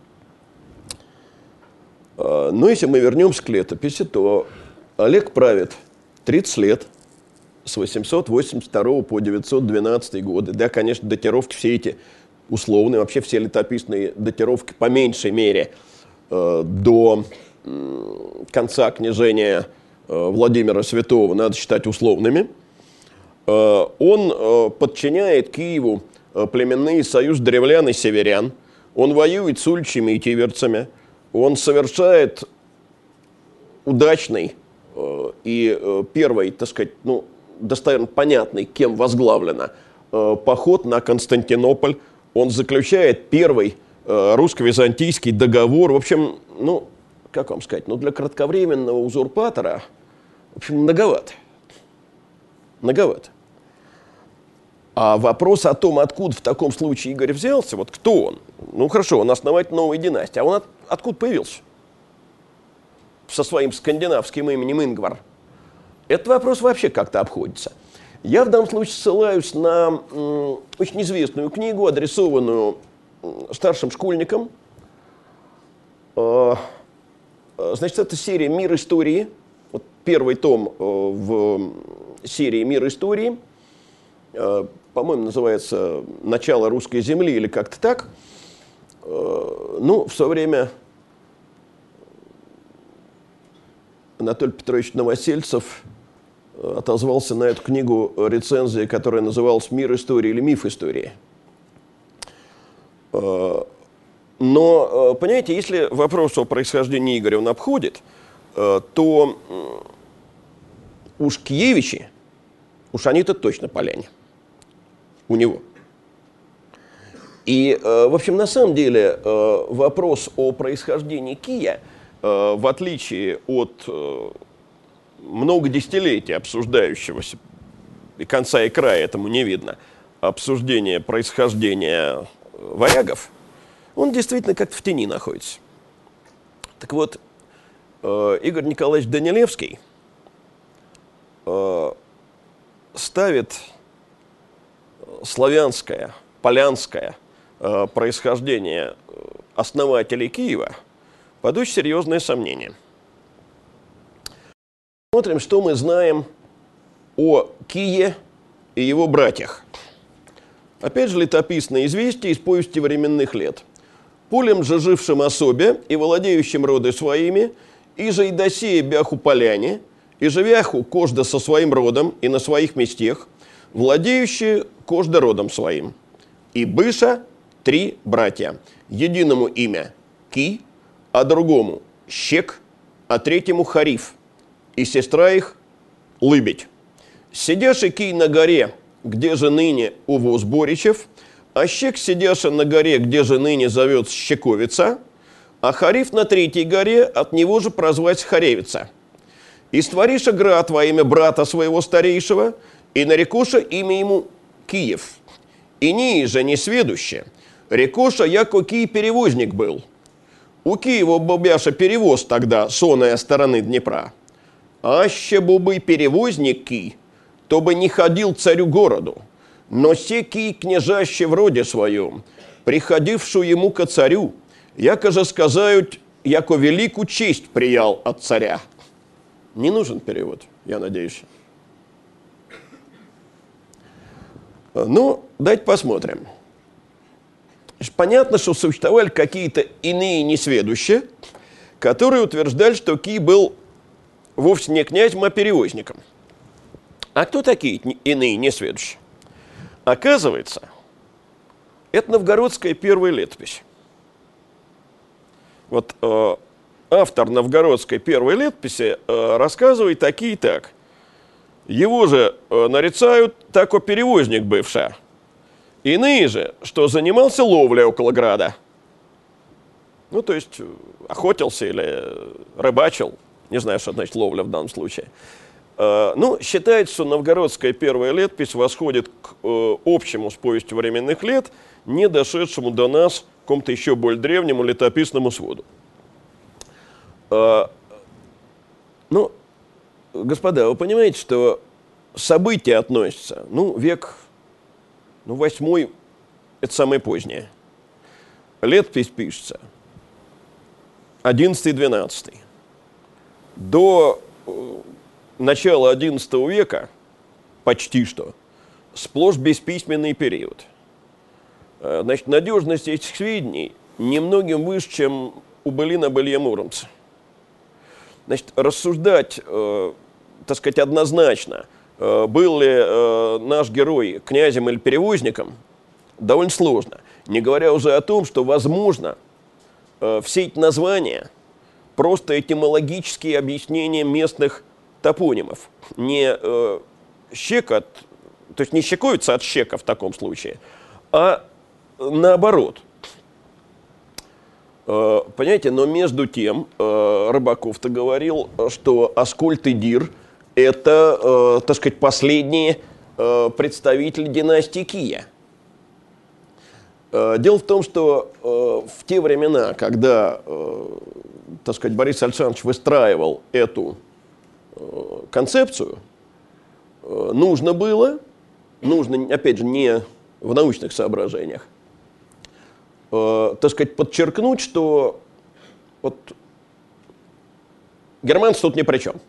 Но если мы вернемся к летописи, то Олег правит 30 лет, с 882 по 912 годы. Да, конечно, датировки все эти условные, вообще все летописные датировки по меньшей мере до конца княжения Владимира Святого надо считать условными. Он подчиняет Киеву племенный союз древлян и северян. Он воюет с ульчами и тиверцами. Он совершает удачный и первый, так сказать, ну, достоверно понятный, кем возглавлено, поход на Константинополь. Он заключает первый русско-византийский договор. В общем, ну, как вам сказать, ну, для кратковременного узурпатора, в общем, многовато. Многовато. А вопрос о том, откуда в таком случае Игорь взялся, вот кто он? Ну, хорошо, он основатель новой династии. А он откуда появился? Со своим скандинавским именем Ингвар. Этот вопрос вообще как-то обходится. Я в данном случае ссылаюсь на очень известную книгу, адресованную старшим школьникам. Значит, это серия «Мир истории». Вот первый том в серии «Мир истории». По-моему, называется «Начало русской земли» или как-то так. Ну, в свое время Анатолий Петрович Новосельцев отозвался на эту книгу рецензия, которая называлась «Мир истории» или «Миф истории». Но, понимаете, если вопрос о происхождении Игоря он обходит, то уж киевичи, уж они-то точно поляне у него. И, в общем, на самом деле вопрос о происхождении Кия, в отличие от много десятилетий обсуждающегося, и конца и края этому не видно, обсуждения происхождения варягов, он действительно как-то в тени находится. Так вот, Игорь Николаевич Данилевский ставит славянское, полянское происхождение основателей Киева под очень серьезное сомнение. Смотрим, что мы знаем о Кие и его братьях. Опять же, летописное известие из повести временных лет. «Полем же жившим особе и владеющим роды своими, и же и досея бяху поляне, и живяху кожда со своим родом и на своих местах, владеющие кожда родом своим. И быша 3 братья, единому имя Ки, а другому Щек, а третьему Хариф, и сестра их Лыбедь. Сидяши Кий на горе, где же ныне увоз Боричев, а Щек сидяши на горе, где же ныне зовется Щековица, а Хариф на 3-й горе, от него же прозвать Харевица. И створиша град во имя брата своего старейшего, и нарекоша имя ему Киев. И ниже же несведуще, рекоша, яко Кий перевозник был. У Киева бобяша перевоз тогда с оной стороны Днепра. Аще бубы перевозник Кий, то бы не ходил царю городу, но се Кий княжаще в роде своем, приходившую ему ко царю, яко же сказают, яко великую честь приял от царя». Не нужен перевод, я надеюсь. Ну, давайте посмотрим. Понятно, что существовали какие-то иные несведущие, которые утверждали, что Кий был вовсе не князем, а перевозником. А кто такие иные несведущие? Оказывается, это новгородская первая летопись. Вот автор новгородской первой летописи рассказывает такие так. Его же нарицают тако перевозник бывший. Иные же, что занимался ловлей около града. Ну, то есть охотился или рыбачил. Не знаю, что значит ловля в данном случае. Ну, считается, что новгородская первая летопись восходит к общему с повестью временных лет, не дошедшему до нас какому-то еще более древнему летописному своду. Ну, господа, вы понимаете, что события относятся, ну, век, ну, 8-й, это самое позднее. Летопись пишется 11-12. До начала XI века, почти что, сплошь бесписьменный период. Значит, надежность этих сведений немногим выше, чем у Былина Былья Муромца. Значит, рассуждать, так сказать, однозначно, был ли наш герой князем или перевозником, довольно сложно. Не говоря уже о том, что, возможно, все эти названия просто этимологические объяснения местных топонимов. Не Щека, то есть не Щековица от Щека в таком случае, а наоборот. Понимаете, но между тем Рыбаков-то говорил, что Аскольд и Дир – это, так сказать, последние представители династии Кия. Дело в том, что в те времена, когда, так сказать, Борис Александрович выстраивал эту концепцию, нужно, опять же, не в научных соображениях, так сказать, подчеркнуть, что вот германцы тут ни при чем.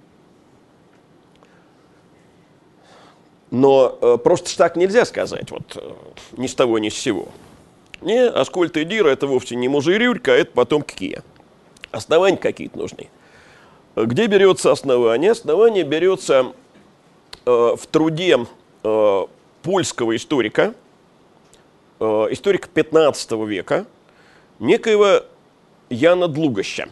Но просто так нельзя сказать, вот ни с того, ни с сего. Не, Аскольд и Дир – это вовсе не мужи Рюрика, а это потомки Кия. Основания какие-то нужны. Где берется основание? Основание берется в труде польского историка, историка 15 века, некоего Яна Длугоща.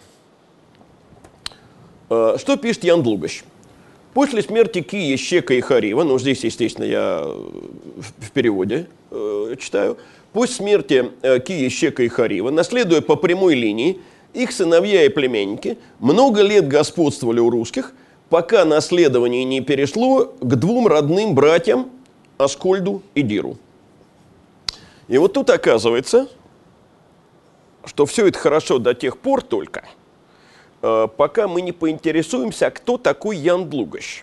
Что пишет Ян Длугощ? После смерти Кия, Щека и Харива, ну здесь, естественно, я в переводе читаю, после смерти Кия, Щека и Харива, наследуя по прямой линии, их сыновья и племянники много лет господствовали у русских, пока наследование не перешло к двум родным братьям Аскольду и Диру. И вот тут оказывается, что все это хорошо до тех пор только, пока мы не поинтересуемся, кто такой Ян Длугощ.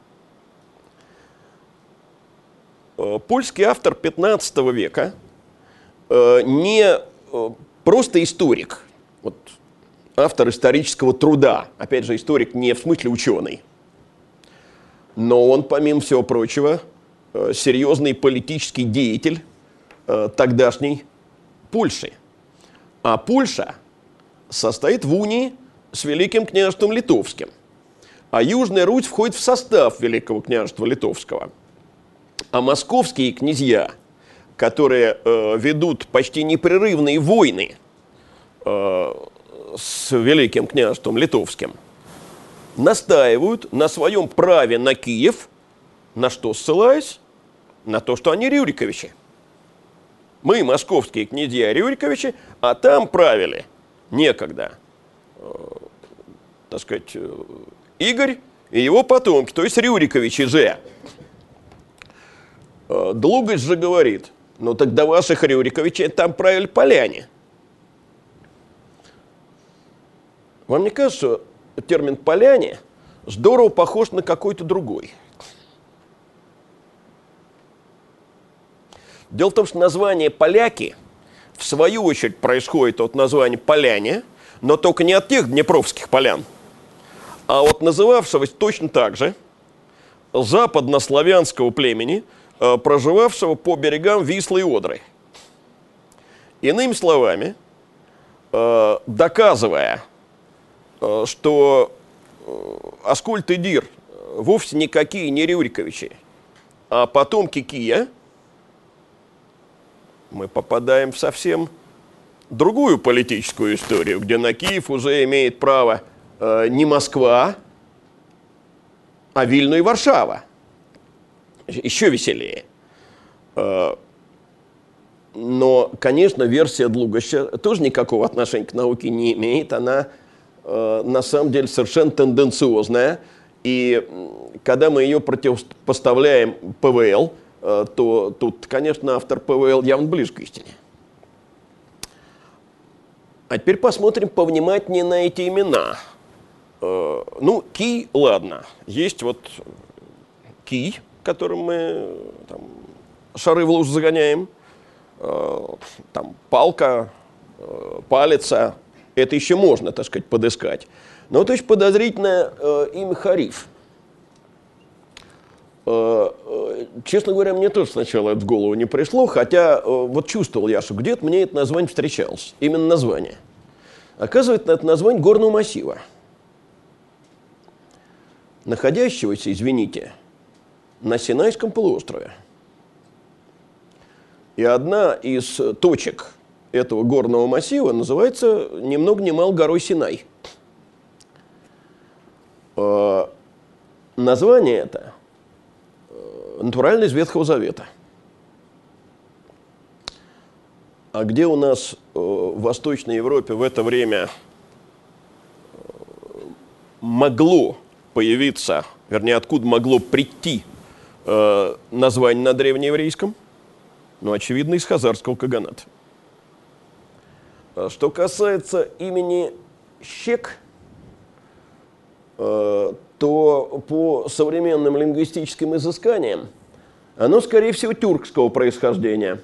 Польский автор 15 века не просто историк, вот, автор исторического труда, опять же, историк не в смысле ученый, но он, помимо всего прочего, серьезный политический деятель тогдашней Польши. А Польша состоит в унии с Великим княжеством Литовским. А Южная Русь входит в состав Великого княжества Литовского. А московские князья, которые ведут почти непрерывные войны с Великим княжеством Литовским, настаивают на своем праве на Киев, на что ссылаясь? На то, что они Рюриковичи. Мы, московские князья Рюриковичи, а там правили некогда, так сказать, Игорь и его потомки, то есть Рюриковичи же. Длугощ же говорит, ну так до ваших Рюриковичей там правили поляне. Вам не кажется, что термин «поляне» здорово похож на какой-то другой? Дело в том, что название «поляки» в свою очередь происходит от названия «поляне», но только не от тех днепровских полян, а от называвшегося точно так же западнославянского племени, проживавшего по берегам Вислы и Одры. Иными словами, доказывая, что Аскольд и Дир вовсе никакие не Рюриковичи, а потомки Кия, мы попадаем в совсем другую политическую историю, где на Киев уже имеет право не Москва, а Вильно и Варшава. Еще веселее. Но, конечно, версия Длугоща тоже никакого отношения к науке не имеет. Она на самом деле совершенно тенденциозная. И когда мы ее противопоставляем ПВЛ, то тут, конечно, автор ПВЛ явно ближе к истине. А теперь посмотрим повнимательнее на эти имена. Ну, Кий, ладно. Есть вот Кий, которым мы там шары в лужу загоняем. Там палка, палица. Это еще можно, так сказать, подыскать. Но вот очень подозрительное имя Хариф. Честно говоря, мне тоже сначала это в голову не пришло, хотя вот чувствовал я, что где-то мне это название встречалось. Именно название. Оказывается, это название горного массива, находящегося, извините, на Синайском полуострове. И одна из точек этого горного массива называется ни много ни мало горой Синай. Название это натурально из Ветхого Завета. А где у нас в Восточной Европе в это время могло появиться, вернее, откуда могло прийти название на древнееврейском? Ну, очевидно, из хазарского каганата. Что касается имени Щек, то по современным лингвистическим изысканиям оно, скорее всего, тюркского происхождения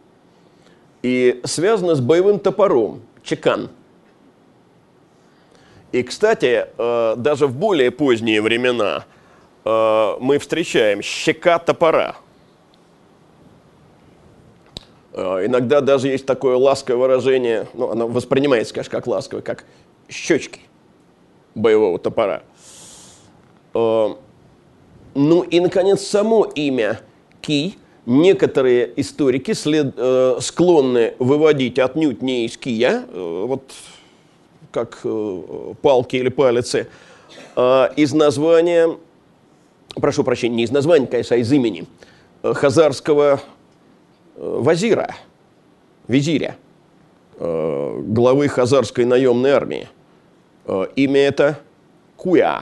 и связано с боевым топором чекан. И, кстати, даже в более поздние времена мы встречаем щека топора. Иногда даже есть такое ласковое выражение, ну, оно воспринимается, конечно, как ласковое, как щечки боевого топора. Но Ну и, наконец, само имя Ки некоторые историки склонны выводить отнюдь не из Кия, вот как палки или палицы, а из названия, прошу прощения, не из названия, конечно, а из имени хазарского визиря, главы хазарской наемной армии. Имя это Куя.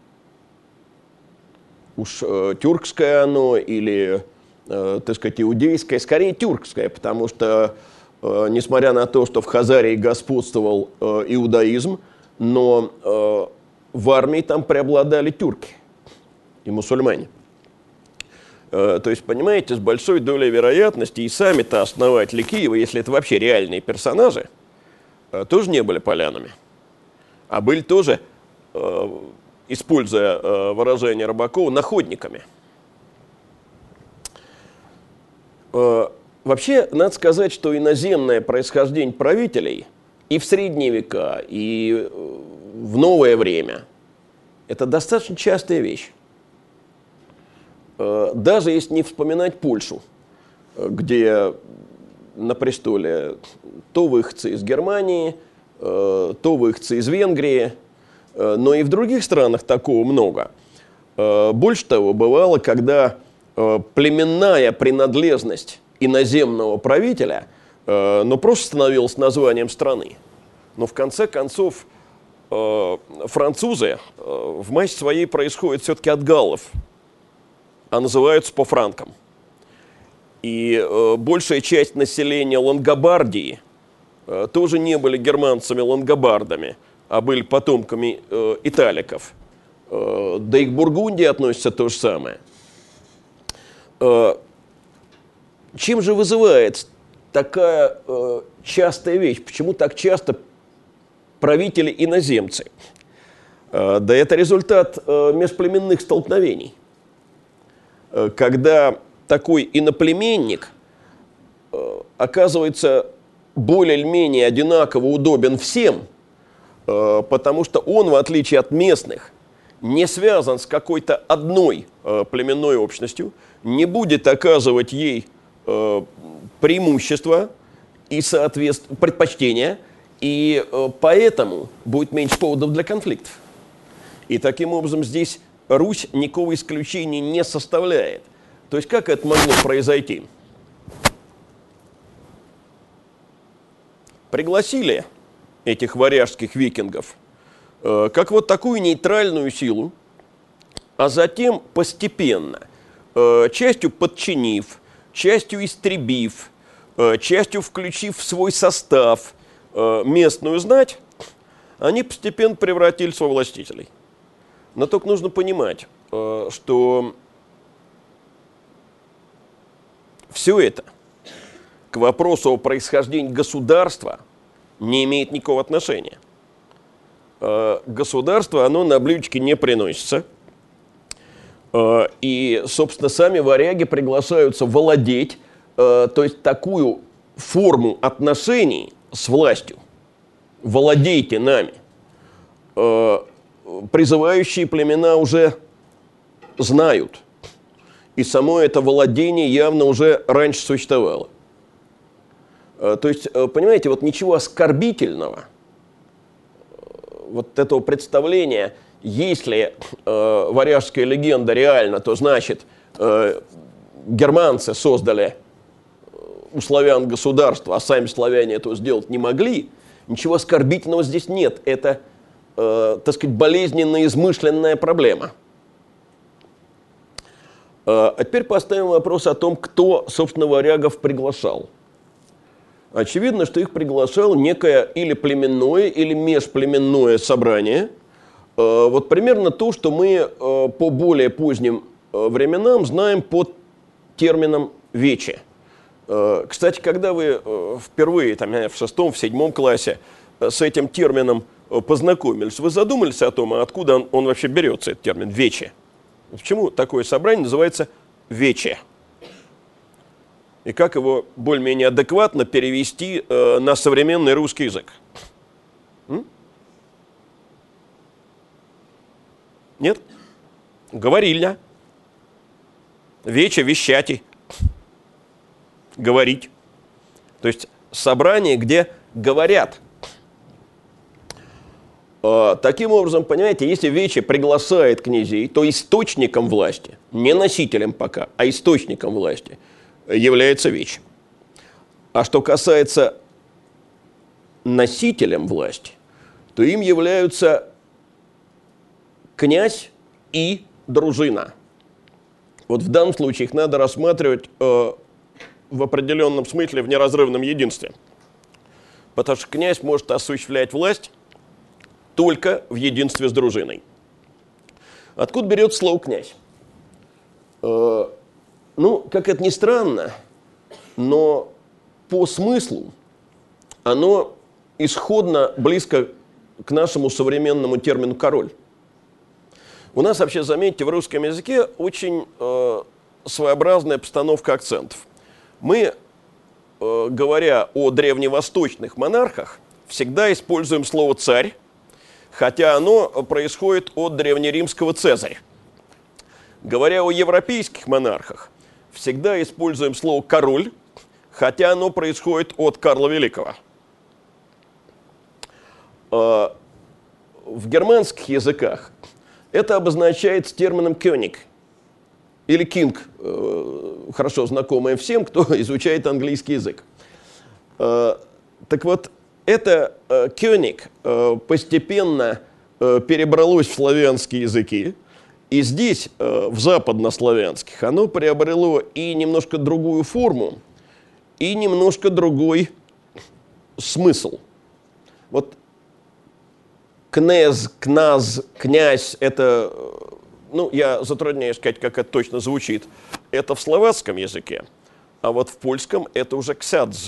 Уж тюркское оно или, так сказать, иудейское, скорее тюркское, потому что, несмотря на то, что в Хазарии господствовал иудаизм, но в армии там преобладали тюрки и мусульмане. То есть, понимаете, с большой долей вероятности и сами-то основатели Киева, если это вообще реальные персонажи, тоже не были полянами, а были тоже, используя выражение Рыбакова, находниками. Вообще, надо сказать, что иноземное происхождение правителей и в средние века, и в новое время – это достаточно частая вещь. Даже если не вспоминать Польшу, где на престоле то выходцы из Германии, то выходцы из Венгрии, но и в других странах такого много. Больше того, бывало, когда племенная принадлежность иноземного правителя просто становилась названием страны. Но в конце концов французы в массе своей происходят все-таки от галлов, а называются по франкам. И большая часть населения Лангобардии тоже не были германцами-лангобардами, а были потомками италиков. Да и к Бургундии относится то же самое. Чем же вызывает такая частая вещь? Почему так часто правители иноземцы? Да это результат межплеменных столкновений. Когда такой иноплеменник оказывается более или менее одинаково удобен всем, потому что он, в отличие от местных, не связан с какой-то одной племенной общностью, не будет оказывать ей преимущества и, соответственно, предпочтения, и поэтому будет меньше поводов для конфликтов. И таким образом здесь Русь никакого исключения не составляет. То есть как это могло произойти? Пригласили этих варяжских викингов как вот такую нейтральную силу, а затем постепенно, частью подчинив, частью истребив, частью включив в свой состав местную знать, они постепенно превратились во властителей. Но только нужно понимать, что все это к вопросу о происхождении государства не имеет никакого отношения. Государство, оно на блюдечке не приносится. И, собственно, сами варяги приглашаются владеть, то есть такую форму отношений с властью. Владейте нами. Призывающие племена уже знают. И само это владение явно уже раньше существовало. То есть, понимаете, вот ничего оскорбительного, вот этого представления, если варяжская легенда реально, то значит, германцы создали у славян государство, а сами славяне этого сделать не могли, ничего оскорбительного здесь нет. Это, так сказать, болезненная, измышленная проблема. А теперь поставим вопрос о том, кто, собственно, варягов приглашал. Очевидно, что их приглашало некое или племенное, или межплеменное собрание. Вот примерно то, что мы по более поздним временам знаем под термином «вече». Кстати, когда вы впервые там, в 6-м, в 7-м классе с этим термином познакомились, вы задумались о том, откуда он вообще берется, этот термин «вече»? Почему такое собрание называется «вече»? И как его более-менее адекватно перевести на современный русский язык? Нет? Говорильня. вече вещати, говорить. То есть собрание, где говорят. Таким образом, понимаете, если вече приглашает князей, то источником власти, не носителем пока, а источником власти является вече. А что касается носителем власти, то им являются князь и дружина. Вот в данном случае их надо рассматривать в определенном смысле в неразрывном единстве. Потому что князь может осуществлять власть только в единстве с дружиной. Откуда берется слово «князь»? Ну, как это ни странно, но по смыслу оно исходно близко к нашему современному термину «король». У нас вообще, заметьте, в русском языке очень своеобразная постановка акцентов. Мы, говоря о древневосточных монархах, всегда используем слово «царь», хотя оно происходит от древнеримского «цезарь». Говоря о европейских монархах, всегда используем слово «король», хотя оно происходит от Карла Великого. В германских языках это обозначается термином «кёник» или «кинг», хорошо знакомое всем, кто изучает английский язык. Так вот, это «кёник» постепенно перебралось в славянские языки, и здесь, в западнославянских, оно приобрело и немножко другую форму, и немножко другой смысл. Вот князь, кназ, князь, это, ну, я затрудняюсь сказать, как это точно звучит. Это в словацком языке, а вот в польском это уже ксядз.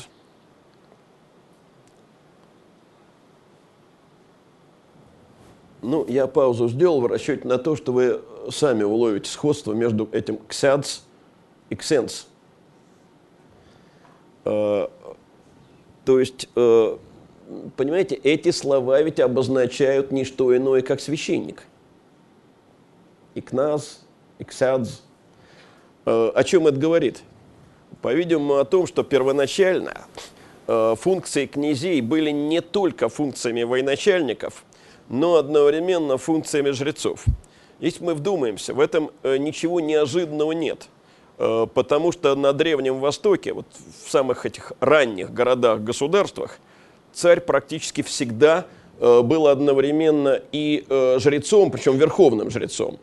Ну, я паузу сделал в расчете на то, что вы сами уловите сходство между этим ксядз и ксенс. То есть, понимаете, эти слова ведь обозначают не что иное, как священник. И кназ, и ксядз. О чем это говорит? По-видимому, о том, что первоначально функции князей были не только функциями военачальников, но одновременно функциями жрецов. Если мы вдумаемся, в этом ничего неожиданного нет. Потому что на Древнем Востоке, вот в самых этих ранних городах-государствах, царь практически всегда был одновременно и жрецом, причем верховным жрецом.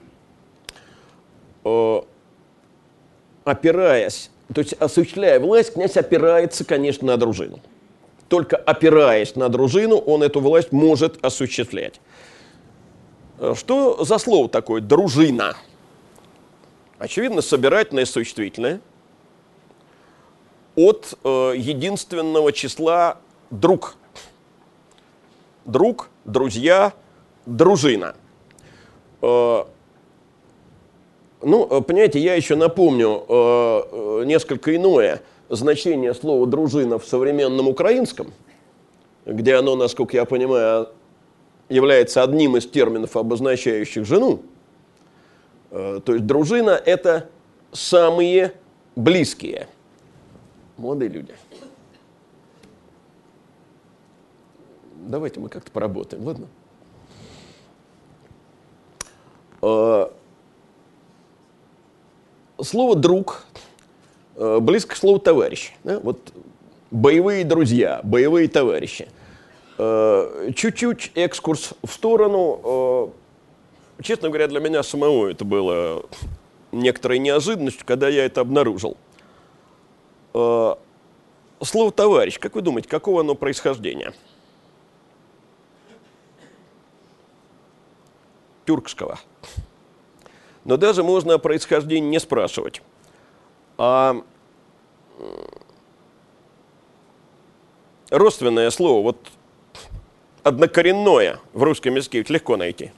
Опираясь, то есть осуществляя власть, князь опирается, конечно, на дружину. Только опираясь на дружину, он эту власть может осуществлять. Что за слово такое «дружина»? Очевидно, собирательное существительное от единственного числа «друг». Друг, друзья, дружина. Ну, понимаете, я еще напомню несколько иное значение слова «дружина» в современном украинском, где оно, насколько я понимаю, является одним из терминов, обозначающих жену. То есть дружина – это самые близкие. Молодые люди. Давайте мы как-то поработаем, ладно? Слово «друг» близко к слову «товарищ». Да? Вот боевые друзья, боевые товарищи. Чуть-чуть экскурс в сторону. Честно говоря, для меня самого это было некоторой неожиданностью, когда я это обнаружил. Слово «товарищ», как вы думаете, какого оно происхождения? Тюркского. Но даже можно о происхождении не спрашивать. А родственное слово, вот однокоренное в русском языке ведь легко найти.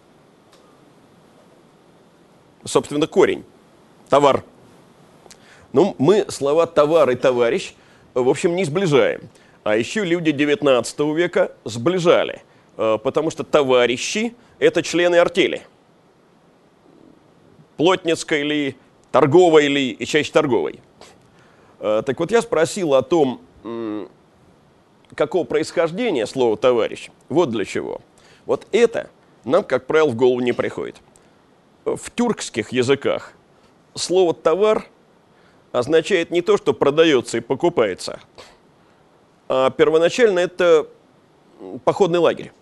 Собственно, корень. Товар. Ну, мы слова «товар» и «товарищ» в общем не сближаем. А еще люди 19 века сближали. Потому что товарищи – это члены артели. Плотницкой ли, торговой или чаще торговой. Так вот, я спросил о том, какого происхождения слово «товарищ». Вот для чего. Вот это нам, как правило, в голову не приходит. В тюркских языках слово «товар» означает не то, что продается и покупается, а первоначально это походный лагерь.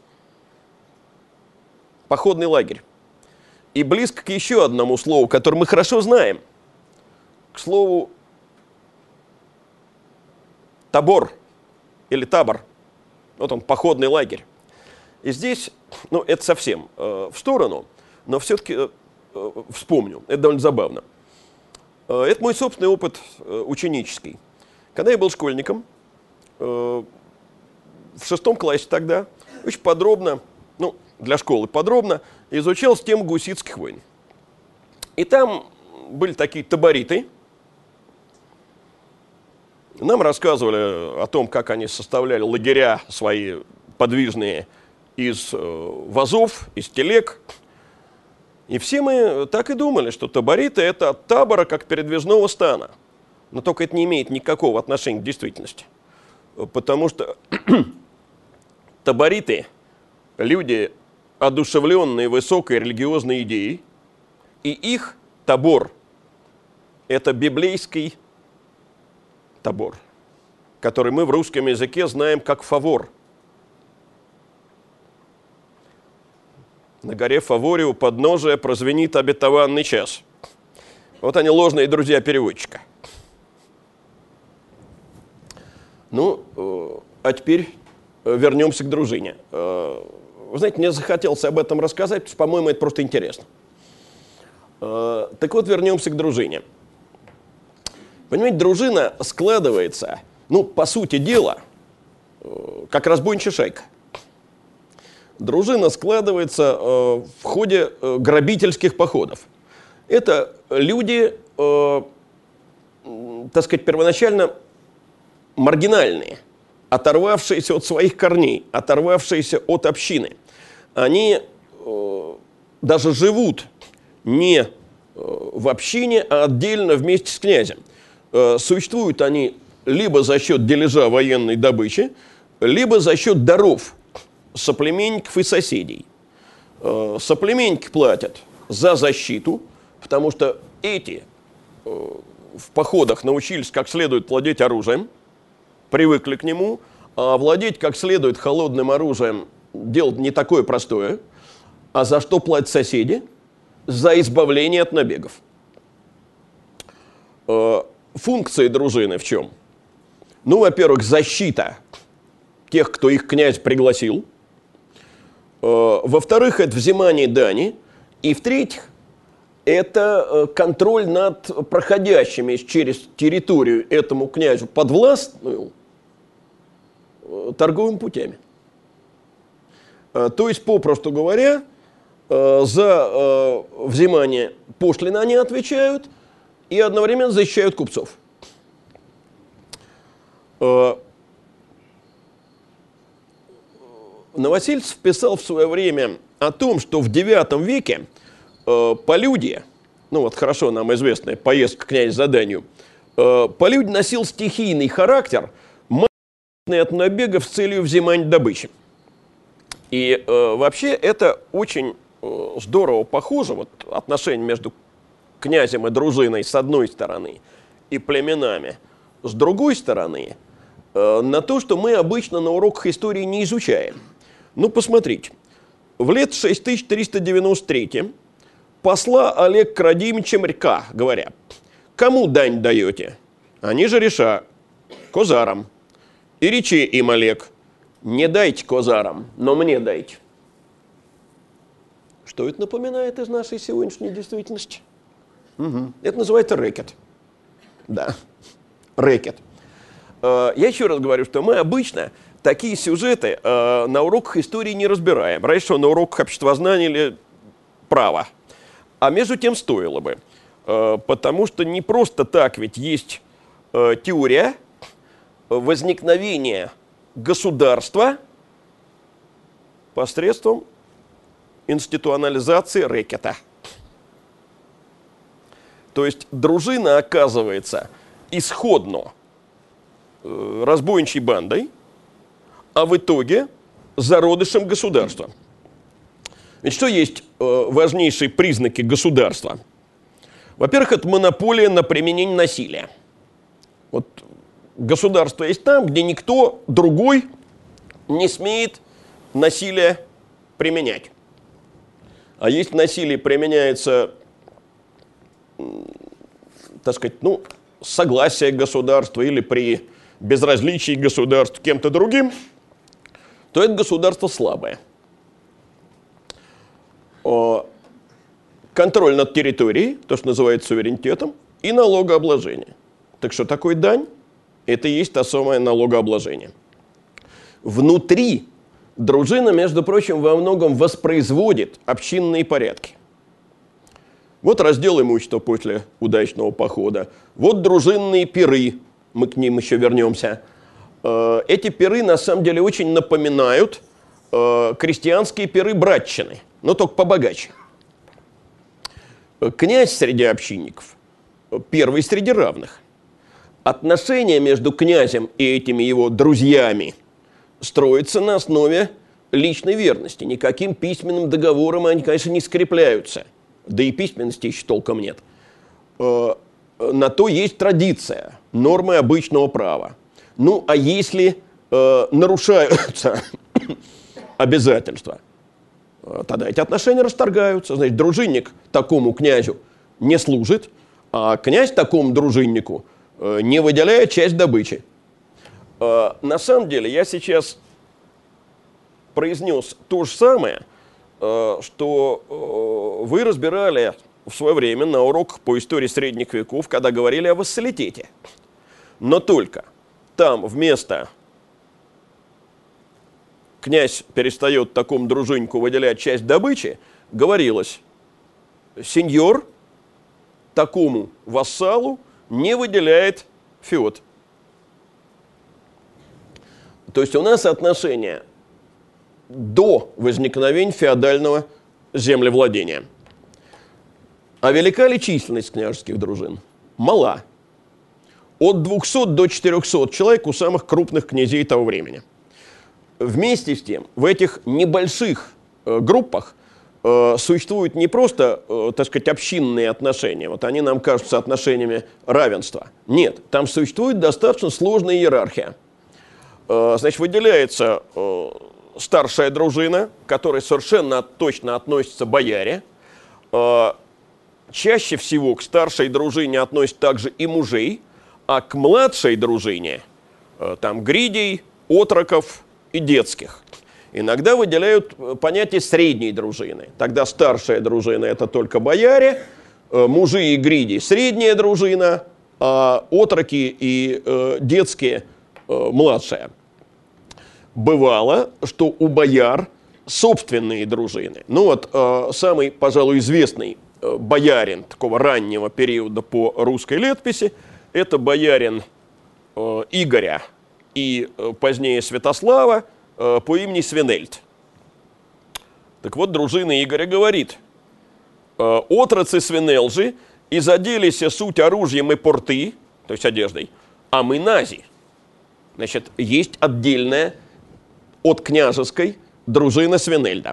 Походный лагерь. И близко к еще одному слову, которое мы хорошо знаем, к слову табор или табор. Вот он, походный лагерь. И здесь, ну, это совсем в сторону, но все-таки вспомню, это довольно забавно. Это мой собственный опыт ученический. Когда я был школьником, в 6 классе тогда, очень подробно, ну, для школы подробно, изучал тему гуситских войн. И там были такие табориты. Нам рассказывали о том, как они составляли лагеря свои подвижные из вазов, из телег. И все мы так и думали, что табориты – это от табора как передвижного стана. Но только это не имеет никакого отношения к действительности. Потому что табориты – люди, одушевленные высокой религиозной идеей, и их табор – это библейский табор, который мы в русском языке знаем как фавор. На горе Фаворе у подножия прозвенит обетованный час. Вот они, ложные друзья переводчика. Ну, а теперь вернемся к дружине. Вы знаете, мне захотелось об этом рассказать, потому что, по-моему, это просто интересно. Так вот, вернемся к дружине. Понимаете, дружина складывается, ну, по сути дела, как разбойничья шайка. Дружина складывается в ходе грабительских походов. Это люди, так сказать, первоначально маргинальные, оторвавшиеся от своих корней, оторвавшиеся от общины. Они даже живут не в общине, а отдельно вместе с князем. Существуют они либо за счет дележа военной добычи, либо за счет даров соплеменников и соседей. Соплеменники платят за защиту, потому что эти в походах научились как следует владеть оружием, привыкли к нему, а владеть как следует холодным оружием дело не такое простое. А за что платят соседи? За избавление от набегов. Функции дружины в чем? Ну, во-первых, защита тех, кто их князь пригласил. Во-вторых, это взимание дани. И в-третьих, это контроль над проходящими через территорию этому князю подвластную торговыми путями. То есть, попросту говоря, за взимание пошлины они отвечают и одновременно защищают купцов. Новосельцев писал в свое время о том, что в IX веке полюдье, ну вот хорошо нам известная поездка князя за данью, полюдье носил стихийный характер, маленький от набегов с целью взимания добычи. И вообще это очень здорово похоже, вот отношения между князем и дружиной с одной стороны и племенами с другой стороны, на то, что мы обычно на уроках истории не изучаем. Ну, посмотрите, в лет 6393 посла Олег Крадимича Мрька говорят: кому дань даете? Они же реша, козарам. И речи им Олег: не дайте козарам, но мне дайте. Что это напоминает из нашей сегодняшней действительности? Угу. Это называется рэкет. Да, рэкет. Я еще раз говорю, что мы обычно такие сюжеты на уроках истории не разбираем. Раньше что, на уроках обществознания или права. А между тем стоило бы. Потому что не просто так ведь есть теория возникновения государства посредством институционализации рэкета. То есть дружина оказывается исходно разбойничьей бандой, а в итоге зародышем государства. Ведь что есть важнейшие признаки государства? Во-первых, это монополия на применение насилия. Вот государство есть там, где никто другой не смеет насилие применять. А если насилие применяется, так сказать, ну, с согласия государства или при безразличии государства кем-то другим, то это государство слабое. Контроль над территорией, то, что называется суверенитетом, и налогообложение. Так что такое дань? Это и есть то самое налогообложение. Внутри дружина, между прочим, во многом воспроизводит общинные порядки. Вот раздел имущества после удачного похода. Вот дружинные пиры, мы к ним еще вернемся. Эти пиры на самом деле очень напоминают крестьянские пиры братчины, но только побогаче. Князь среди общинников первый среди равных. Отношения между князем и этими его друзьями строятся на основе личной верности. Никаким письменным договором они, конечно, не скрепляются. Да и письменности еще толком нет. На то есть традиция, нормы обычного права. Ну, а если нарушаются обязательства, тогда эти отношения расторгаются. Значит, дружинник такому князю не служит, а князь такому дружиннику не выделяет часть добычи. На самом деле, я сейчас произнес то же самое, что вы разбирали в свое время на уроках по истории средних веков, когда говорили о вассалитете. Но только там вместо «князь перестает такому дружиннику выделять часть добычи» говорилось «сеньор такому вассалу не выделяет феод». То есть у нас отношения до возникновения феодального землевладения. А велика ли численность княжеских дружин? Мала. От 200 до 400 человек у самых крупных князей того времени. Вместе с тем, в этих небольших группах существуют не просто, так сказать, общинные отношения. Вот они нам кажутся отношениями равенства. Нет, там существует достаточно сложная иерархия. Значит, выделяется старшая дружина, к которой совершенно точно относятся бояре. Чаще всего к старшей дружине относят также и мужей, а к младшей дружине там гридей, отроков и детских. Иногда выделяют понятие средней дружины. Тогда старшая дружина – это только бояре, мужи и гриди – средняя дружина, а отроки и детские – младшая. Бывало, что у бояр собственные дружины. Ну вот самый, пожалуй, известный боярин такого раннего периода по русской летописи – это боярин Игоря и позднее Святослава по имени Свинельд. Так вот, дружина Игоря говорит: «Отроцы Свинелжи изоделися суть оружием и порты», то есть одеждой, «а мы нази». Значит, есть отдельная от княжеской дружина Свинельда.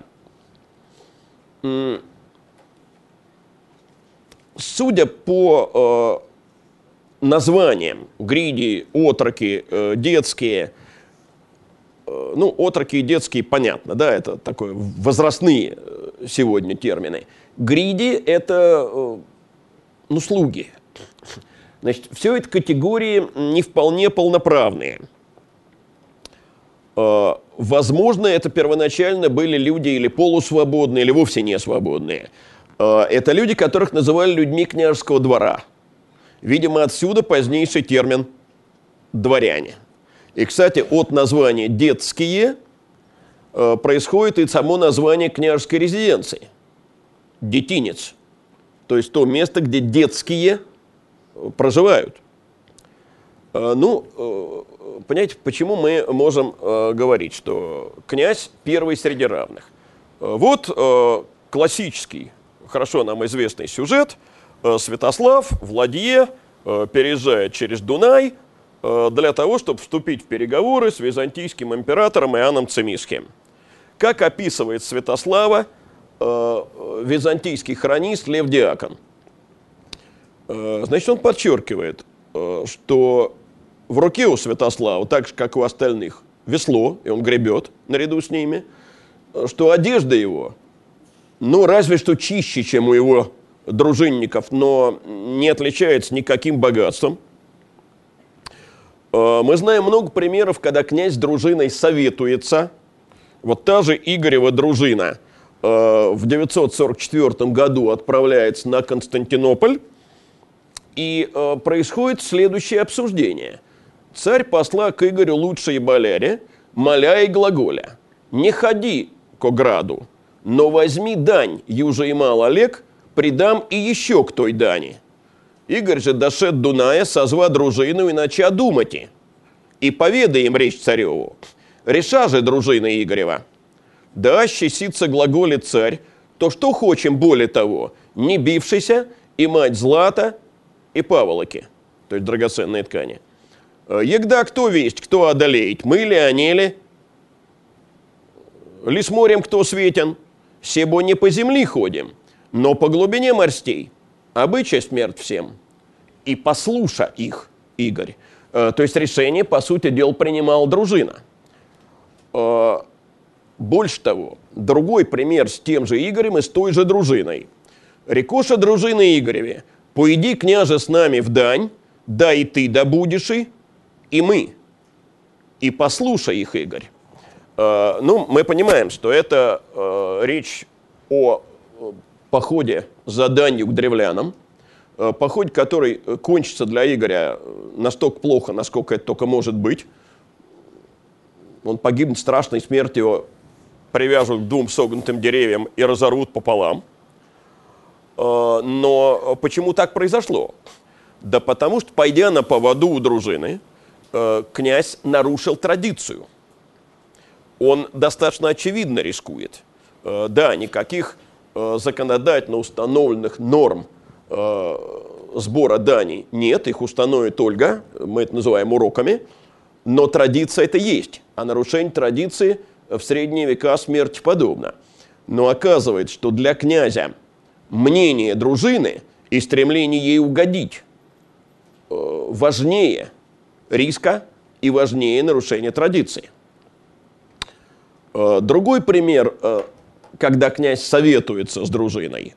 Судя по названиям, гриди, отроки, детские, ну, отроки и детские, понятно, да, это такое возрастные сегодня термины. Гриди – это, ну, слуги. Значит, все это категории не вполне полноправные. Возможно, это первоначально были люди или полусвободные, или вовсе не свободные. Это люди, которых называли людьми княжеского двора. Видимо, отсюда позднейший термин «дворяне». И, кстати, от названия «детские» происходит и само название княжеской резиденции – детинец. То есть то место, где детские проживают. Ну, понимаете, почему мы можем говорить, что князь первый среди равных? Вот классический, хорошо нам известный сюжет. Святослав в ладье переезжает через Дунай для того, чтобы вступить в переговоры с византийским императором Иоанном Цимисхием. Как описывает Святослава византийский хронист Лев Диакон? Значит, он подчеркивает, что в руке у Святослава, так же, как у остальных, весло, и он гребет наряду с ними, что одежда его, ну, разве что чище, чем у его дружинников, но не отличается никаким богатством. Мы знаем много примеров, когда князь с дружиной советуется. Вот та же Игорева дружина в 944 году отправляется на Константинополь, и происходит следующее обсуждение. Царь посла к Игорю лучшей боляре, моля и глаголя: «Не ходи ко граду, но возьми дань, юже и мал Олег, придам и еще к той дани. Игорь же дошед Дуная, созва дружину и нача думати. И поведай им речь цареву. Реша же дружина Игорева. Да аще сица глаголит царь, то что хочем более того, не бившийся и мать злата и паволоки», то есть драгоценные ткани. «Егда кто весть, кто одолеет, мы ли, они ли? Ли с морем кто светен? Себо не по земли ходим, но по глубине морстей. Обычай смерть всем. И послуша их, Игорь». То есть решение, по сути дела, принимала дружина. Больше того, другой пример с тем же Игорем и с той же дружиной. «Рекоша дружины Игореве, поиди, княже, с нами в дань, да и ты добудешь и мы. И послушай их, Игорь». Ну, мы понимаем, что это речь о походе за данью к древлянам, поход, который кончится для Игоря настолько плохо, насколько это только может быть. Он погибнет страшной смертью, его привяжут к двум согнутым деревьям и разорвут пополам. Но почему так произошло? Да потому что, пойдя на поводу у дружины, князь нарушил традицию. Он достаточно очевидно рискует. Да, никаких законодательно установленных норм сбора дани нет, их установит Ольга, мы это называем уроками, но традиция это есть, а нарушение традиции в средние века смерти подобно. Но оказывается, что для князя мнение дружины и стремление ей угодить важнее риска и важнее нарушения традиции. Другой пример, когда князь советуется с дружиной.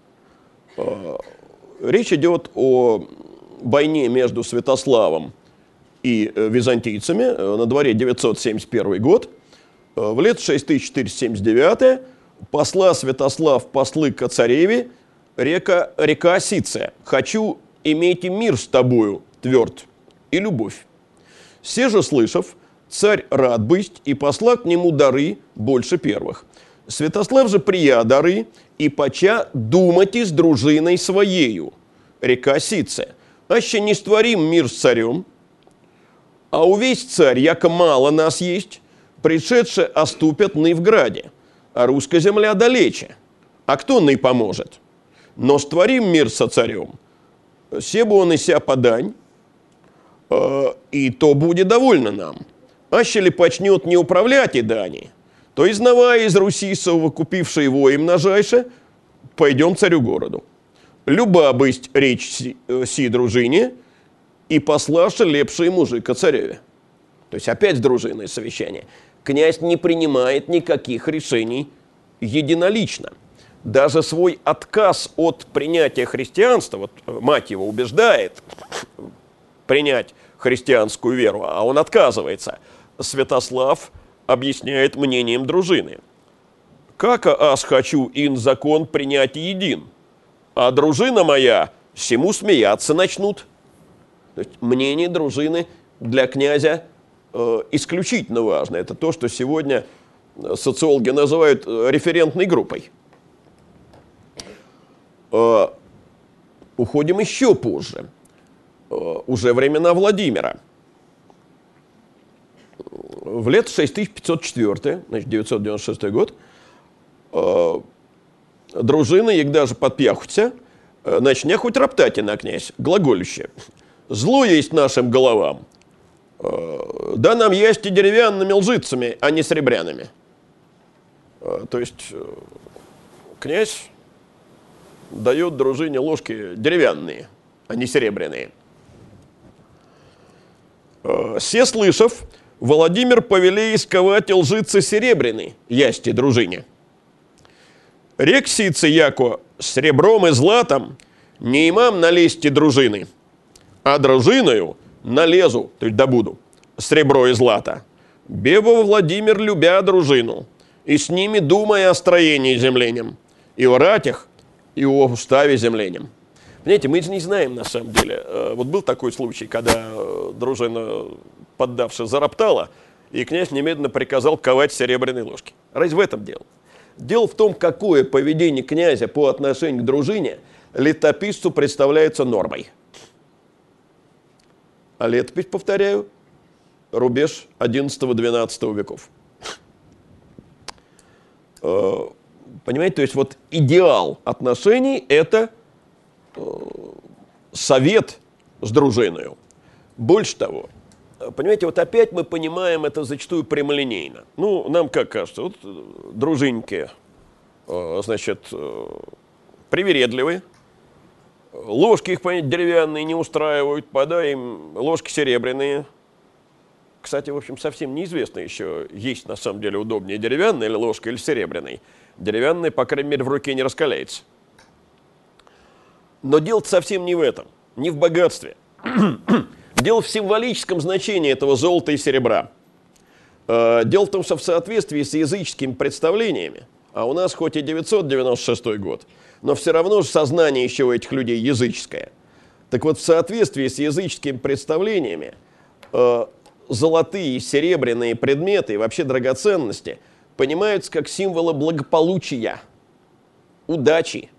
Речь идет о войне между Святославом и византийцами. На дворе 971 год. В лет 6479 посла Святослав послы к цареве река Сиция. «Хочу иметь и мир с тобою тверд и любовь». Се же слышав, царь рад быть и посла к нему дары больше первых. Святослав же прия дары и поча думать с дружиной своею, река Сиция. Аще не створим мир с царем, а увесь царь, яко мало нас есть, пришедшие оступят ны в граде, а русская земля далече. А кто ны поможет? Но створим мир со царем, себо он и ся подань, и то будет довольно нам. Аще ли почнет не управлять и дани, то изнавая из Руси совокупившей его им нажайше, пойдем царю городу. Люба бысть речь си дружине, и послаша лепший мужика цареве. То есть опять с дружиной совещание. Князь не принимает никаких решений единолично. Даже свой отказ от принятия христианства, вот мать его убеждает принять христианскую веру, а он отказывается, Святослав объясняет мнением дружины. «Как аз хочу ин закон принять един, а дружина моя всему смеяться начнут». То есть мнение дружины для князя исключительно важно. Это то, что сегодня социологи называют референтной группой. Уходим еще позже, уже времена Владимира. В лет 6504, значит, 996 год, дружина, як даже подп'яхуться, Значит, не хоть роптатина, князь, глаголище. Зло есть нашим головам. Да нам есть и деревянными лжицами, а не серебряными. То есть князь дает дружине ложки деревянные, а не серебряные. Се слышав, Владимир повелей исковать лжицы серебряные, ясти дружине. Рексицы яко сребром и златом не имам налезти дружины, а дружиною налезу, то есть добуду, сребро и злато. Бебо Владимир, любя дружину, и с ними думая о строении земленем, и о ратях, и о уставе земленем. Понимаете, мы же не знаем на самом деле. Вот был такой случай, когда дружина, поддавшись, зароптала, и князь немедленно приказал ковать серебряные ложки. Разве в этом дело? Дело в том, какое поведение князя по отношению к дружине летописцу представляется нормой. А летопись, повторяю, рубеж XI-XII веков. Понимаете, то есть вот идеал отношений – это совет с дружиною. Больше того, понимаете, вот опять мы понимаем это зачастую прямолинейно. Ну, нам как кажется, вот дружинники, значит, привередливые, ложки их, понятно, деревянные не устраивают, подай им ложки серебряные. Кстати, в общем, совсем неизвестно еще, есть на самом деле удобнее деревянная ложка или серебряная. Деревянная, по крайней мере, в руке не раскаляется. Но дело совсем не в этом, не в богатстве. Дело в символическом значении этого золота и серебра. Дело в том, что в соответствии с языческими представлениями, а у нас хоть и 996 год, но все равно же сознание еще у этих людей языческое. Так вот, в соответствии с языческими представлениями золотые и серебряные предметы и вообще драгоценности понимаются как символы благополучия, удачи.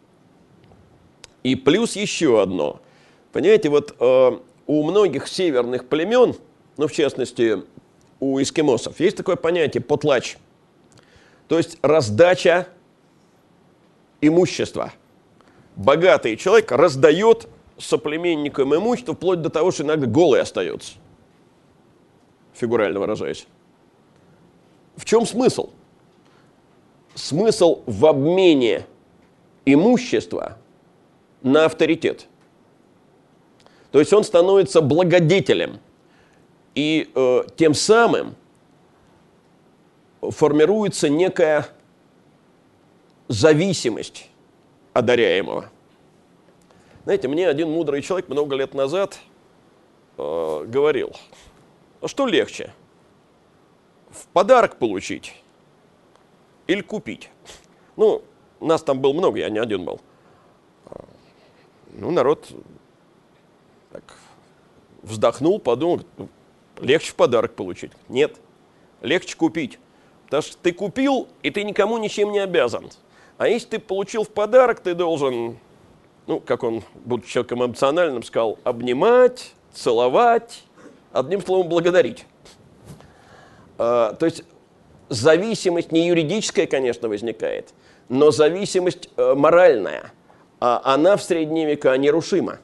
И плюс еще одно. Понимаете, вот у многих северных племен, ну, в частности, у эскимосов, есть такое понятие потлач. То есть раздача имущества. Богатый человек раздает соплеменникам имущество вплоть до того, что иногда голый остается. Фигурально выражаясь. В чем смысл? Смысл в обмене имущества на авторитет. То есть он становится благодетелем. И тем самым формируется некая зависимость одаряемого. Знаете, мне один мудрый человек много лет назад говорил, а что легче, в подарок получить или купить? Ну, нас там было много, я не один был. Ну, народ так вздохнул, подумал, легче в подарок получить. Нет, легче купить. Потому что ты купил, и ты никому ничем не обязан. А если ты получил в подарок, ты должен, ну, как он, будучи человеком эмоциональным, сказал, обнимать, целовать, одним словом, благодарить. То есть зависимость не юридическая, конечно, возникает, но зависимость моральная. Она в средние века нерушима.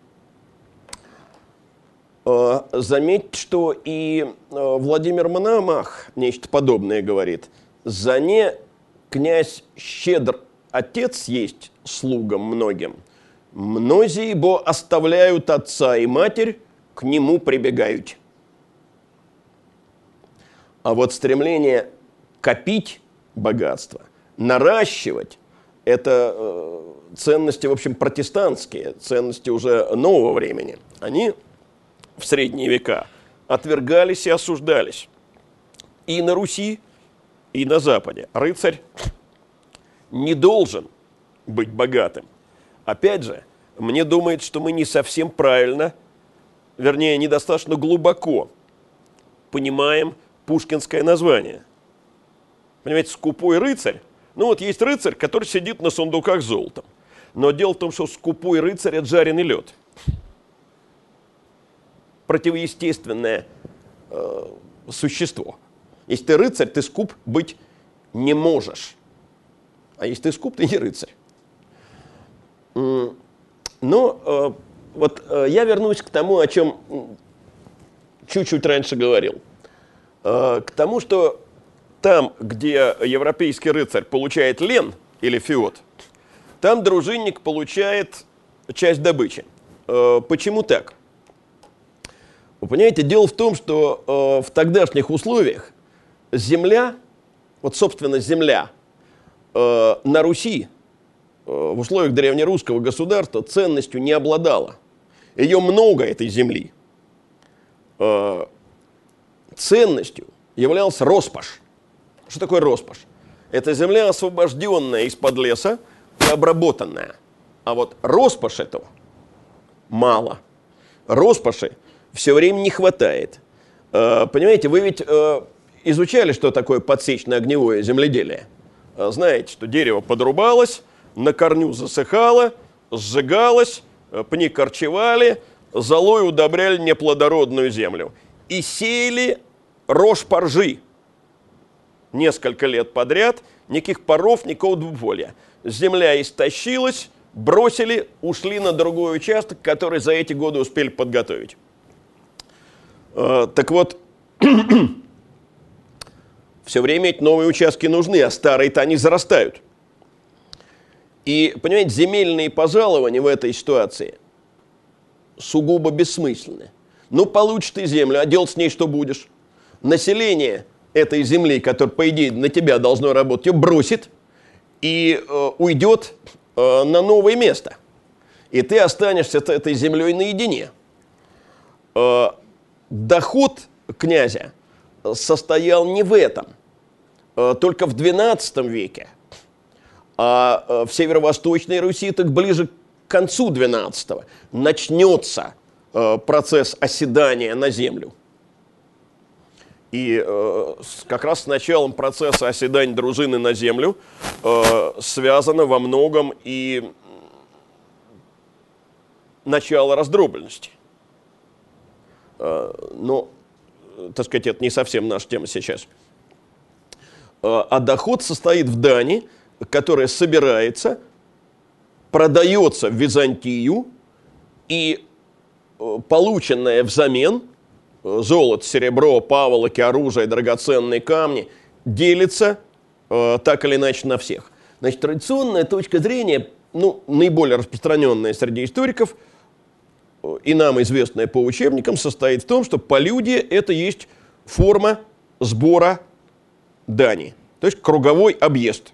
Заметьте, что и Владимир Мономах нечто подобное говорит. «За не князь щедр отец есть слугам многим, мнози бо оставляют отца и матерь, к нему прибегают». А вот стремление копить богатство, наращивать, это ценности, в общем, протестантские, ценности уже нового времени. Они в средние века отвергались и осуждались. И на Руси, и на Западе. Рыцарь не должен быть богатым. Опять же, мне думается, что мы не совсем правильно, вернее, недостаточно глубоко понимаем пушкинское название. Понимаете, скупой рыцарь. Ну вот есть рыцарь, который сидит на сундуках с золотом. Но дело в том, что скупой рыцарь – это жареный лед. Противоестественное существо. Если ты рыцарь, ты скуп быть не можешь. А если ты скуп, ты не рыцарь. Но вот я вернусь к тому, о чем чуть-чуть раньше говорил. К тому, что там, где европейский рыцарь получает лен или феод, там дружинник получает часть добычи. Почему так? Вы понимаете, дело в том, что в тогдашних условиях земля, вот собственно земля на Руси в условиях древнерусского государства ценностью не обладала. Ее много, этой земли. Ценностью являлась роспашь. Что такое роспашь? Это земля, освобожденная из-под леса и обработанная. А вот роспашь этого мало. Роспаши все время не хватает. Понимаете, вы ведь изучали, что такое подсечно-огневое земледелие. Знаете, что дерево подрубалось, на корню засыхало, сжигалось, пни корчевали, золой удобряли неплодородную землю. И сеяли рожь-поржи несколько лет подряд, никаких паров, никакого двуволья. Земля истощилась, бросили, ушли на другой участок, который за эти годы успели подготовить. Так вот, все время эти новые участки нужны, а старые-то они зарастают. И, понимаете, земельные пожалования в этой ситуации сугубо бессмысленны. Ну, получишь ты землю, а делать с ней что будешь? Население этой земли, которое, по идее, на тебя должно работать, ее бросит и уйдет на новое место. И ты останешься с этой землей наедине. Доход князя состоял не в этом. Только в XII веке. А в северо-восточной Руси так ближе к концу XII начнется процесс оседания на землю. И как раз с началом процесса оседания дружины на землю связано во многом и начало раздробленности. Но, так сказать, это не совсем наша тема сейчас. А доход состоит в дани, которая собирается, продается в Византию, и полученное взамен золото, серебро, паволоки, оружие, драгоценные камни делится так или иначе на всех. Значит, традиционная точка зрения, ну, наиболее распространенная среди историков, и нам известная по учебникам, состоит в том, что полюдие – это есть форма сбора дани, то есть круговой объезд.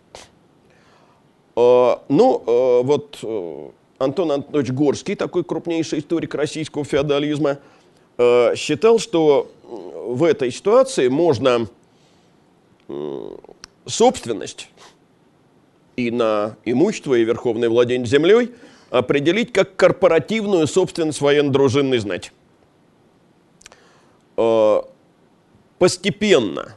Вот Антон Антонович Горский, такой крупнейший историк российского феодализма, считал, что в этой ситуации можно собственность и на имущество, и верховное владение землей определить как корпоративную собственность военно-дружинной знати. Постепенно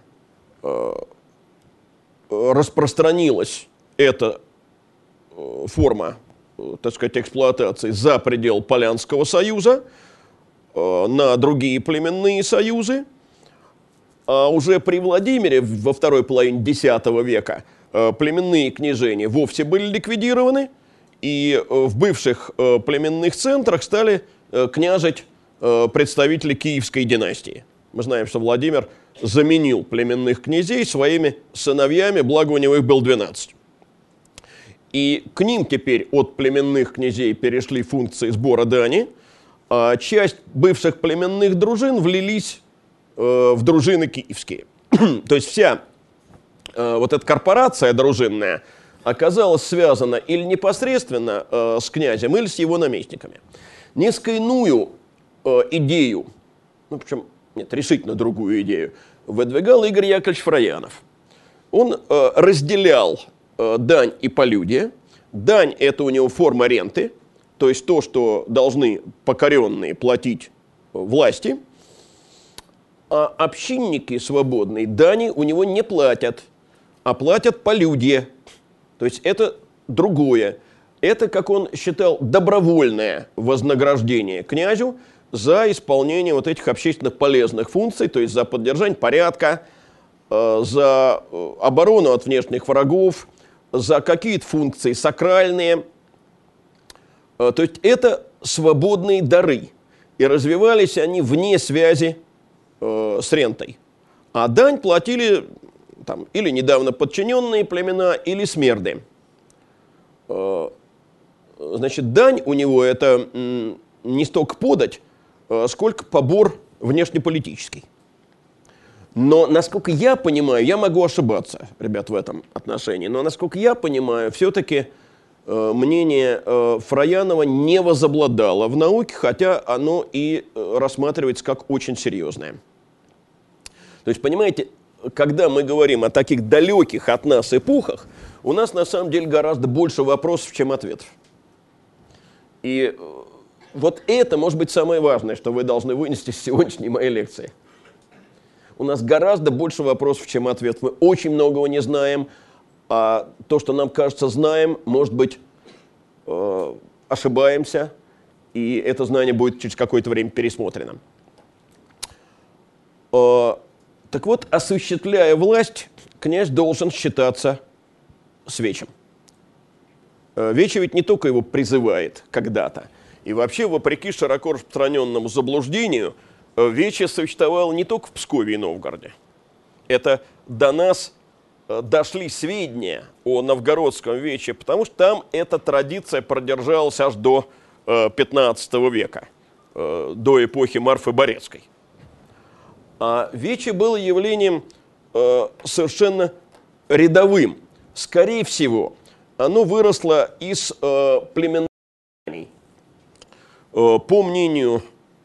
распространилась эта форма, так сказать, эксплуатации за предел Полянского союза на другие племенные союзы. А уже при Владимире во второй половине X века племенные княжения вовсе были ликвидированы, и в бывших племенных центрах стали княжить представители Киевской династии. Мы знаем, что Владимир заменил племенных князей своими сыновьями, благо у него их было 12. И к ним теперь от племенных князей перешли функции сбора дани, а часть бывших племенных дружин влились в дружины киевские. То есть вся вот эта корпорация дружинная оказалась связана или непосредственно с князем, или с его наместниками. Несколько иную идею, ну, причем, нет, решительно другую идею, выдвигал Игорь Яковлевич Фраянов. Он разделял дань и полюдие. Дань – это у него форма ренты, то есть то, что должны покоренные платить власти. А общинники свободные дани у него не платят, а платят полюдие. То есть это другое. Это, как он считал, добровольное вознаграждение князю за исполнение вот этих общественно полезных функций, то есть за поддержание порядка, за оборону от внешних врагов, за какие-то функции сакральные. То есть это свободные дары. И развивались они вне связи с рентой. А дань платили там, или недавно подчиненные племена, или смерды. Значит, дань у него это не столько подать, сколько побор внешнеполитический. Но, насколько я понимаю, я могу ошибаться, ребят, в этом отношении, но, насколько я понимаю, все-таки мнение Фроянова не возобладало в науке, хотя оно и рассматривается как очень серьезное. То есть, понимаете, когда мы говорим о таких далеких от нас эпохах, у нас на самом деле гораздо больше вопросов, чем ответов. И вот это, может быть, самое важное, что вы должны вынести из сегодняшней моей лекции. У нас гораздо больше вопросов, чем ответов. Мы очень многого не знаем, а то, что нам кажется знаем, может быть, ошибаемся, и это знание будет через какое-то время пересмотрено. Так вот, осуществляя власть, князь должен считаться с вечем. Вече ведь не только его призывает когда-то. И вообще, вопреки широко распространенному заблуждению, вече существовало не только в Пскове и Новгороде. Это до нас дошли сведения о новгородском вече, потому что там эта традиция продержалась аж до 15 века, до эпохи Марфы Борецкой. А вече было явлением совершенно рядовым. Скорее всего, оно выросло из племенных. По мнению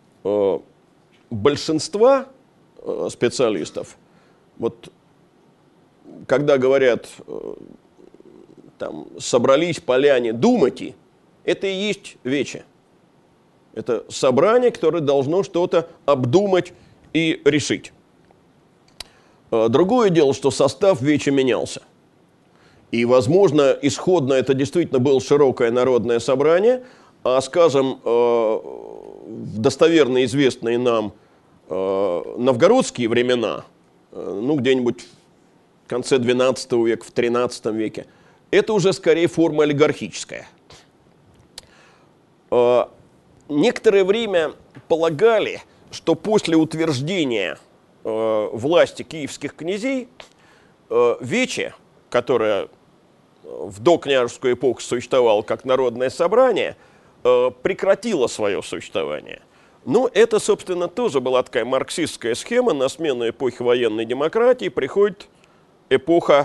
большинства специалистов, вот когда говорят, там, собрались поляне думати, это и есть вече. Это собрание, которое должно что-то обдумать и решить. Другое дело, что состав вече менялся. И, возможно, исходно это действительно было широкое народное собрание, а, скажем, в достоверно известные нам новгородские времена, ну, где-нибудь в конце XII века, в XIII веке, это уже скорее форма олигархическая. Некоторое время полагали, что после утверждения власти киевских князей вече, которое в докняжескую эпоху существовало как народное собрание, прекратило свое существование. Но это, собственно, тоже была такая марксистская схема. На смену эпохи военной демократии приходит эпоха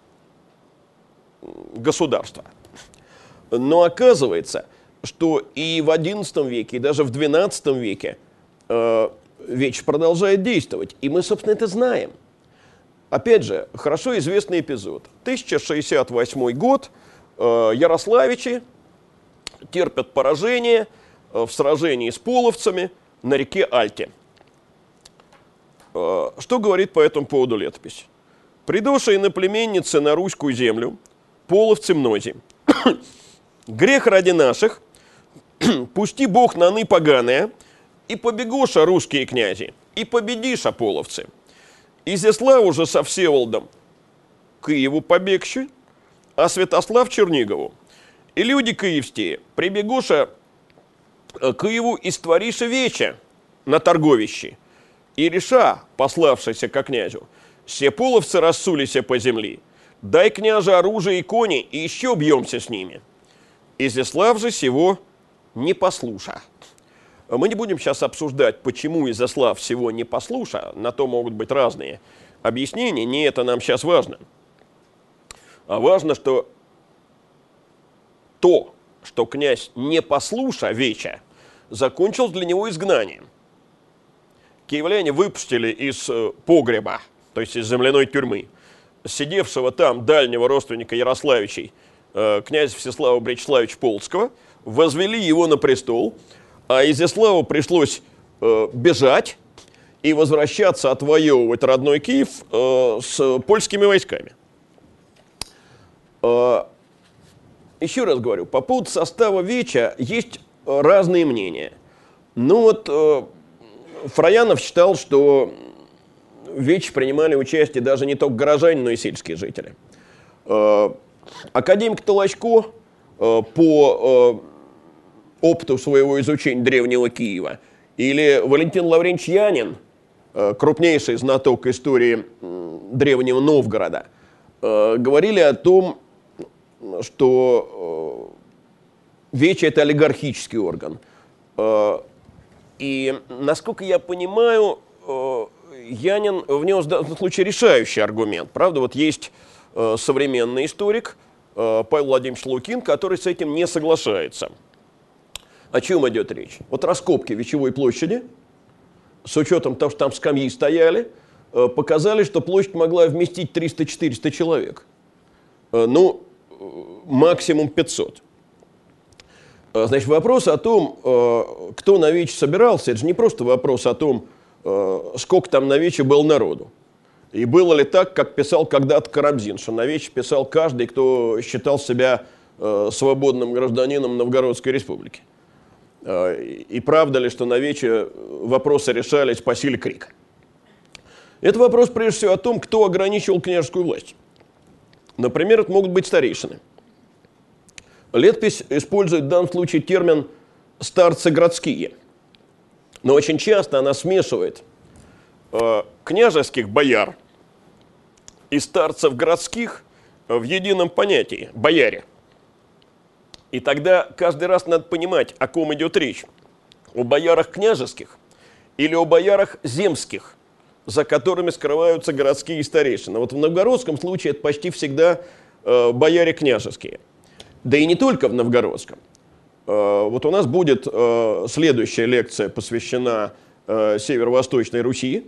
государства. Но оказывается, что и в XI веке, и даже в XII веке вече продолжает действовать. И мы, собственно, это знаем. Опять же, хорошо известный эпизод. 1068 год. Ярославичи терпят поражение в сражении с половцами на реке Альте. Что говорит по этому поводу летопись? «Придоши иноплеменницы на Руськую землю, половцы мнози. Грех ради наших, пусти Бог наны поганые, и побегоша русские князи, и победиша половцы. Изяславу же со Всеволодом Киеву побегши, а Святослав Чернигову. И люди киевские прибегоша Киеву и створиша вече на торговище. И реша, пославшийся ко князю, все половцы рассулися по земли. Дай княже оружие и кони, и еще бьемся с ними. Изяслав же сего не послуша». Мы не будем сейчас обсуждать, почему Изяслав всего не послуша, на то могут быть разные объяснения, не это нам сейчас важно. А важно, что то, что князь не послуша веча, закончилось для него изгнанием. Киевляне выпустили из погреба, то есть из земляной тюрьмы, сидевшего там дальнего родственника Ярославичей, князя Всеслава Бречеславича Полоцкого, возвели его на престол, а Изяславу пришлось бежать и возвращаться отвоевывать родной Киев с польскими войсками. Еще раз говорю, по поводу состава веча есть разные мнения. Ну вот Фроянов считал, что в вече принимали участие даже не только горожане, но и сельские жители. Академик Толочко по опыту своего изучения древнего Киева, или Валентин Лаврентьевич Янин, крупнейший знаток истории древнего Новгорода, говорили о том, что Вече – это олигархический орган. И, насколько я понимаю, Янин внес в данном случае решающий аргумент. Правда, вот есть современный историк Павел Владимирович Лукин, который с этим не соглашается. О чем идет речь? Вот раскопки Вечевой площади, с учетом того, что там скамьи стояли, показали, что площадь могла вместить 300-400 человек. Ну, максимум 500. Значит, вопрос о том, кто на Вече собирался, это же не просто вопрос о том, сколько там на Вече было народу. И было ли так, как писал когда-то Карамзин, что на Вече писал каждый, кто считал себя свободным гражданином Новгородской республики. И правда ли, что на Вече вопросы решались по силе крика? Это вопрос прежде всего о том, кто ограничивал княжескую власть. Например, это могут быть старейшины. Летопись использует в данном случае термин «старцы городские». Но очень часто она смешивает княжеских бояр и старцев городских в едином понятии – бояре. И тогда каждый раз надо понимать, о ком идет речь. О боярах княжеских или о боярах земских, за которыми скрываются городские старейшины. Вот в новгородском случае это почти всегда бояре княжеские. Да и не только в новгородском. Вот у нас будет следующая лекция, посвящена Северо-Восточной Руси.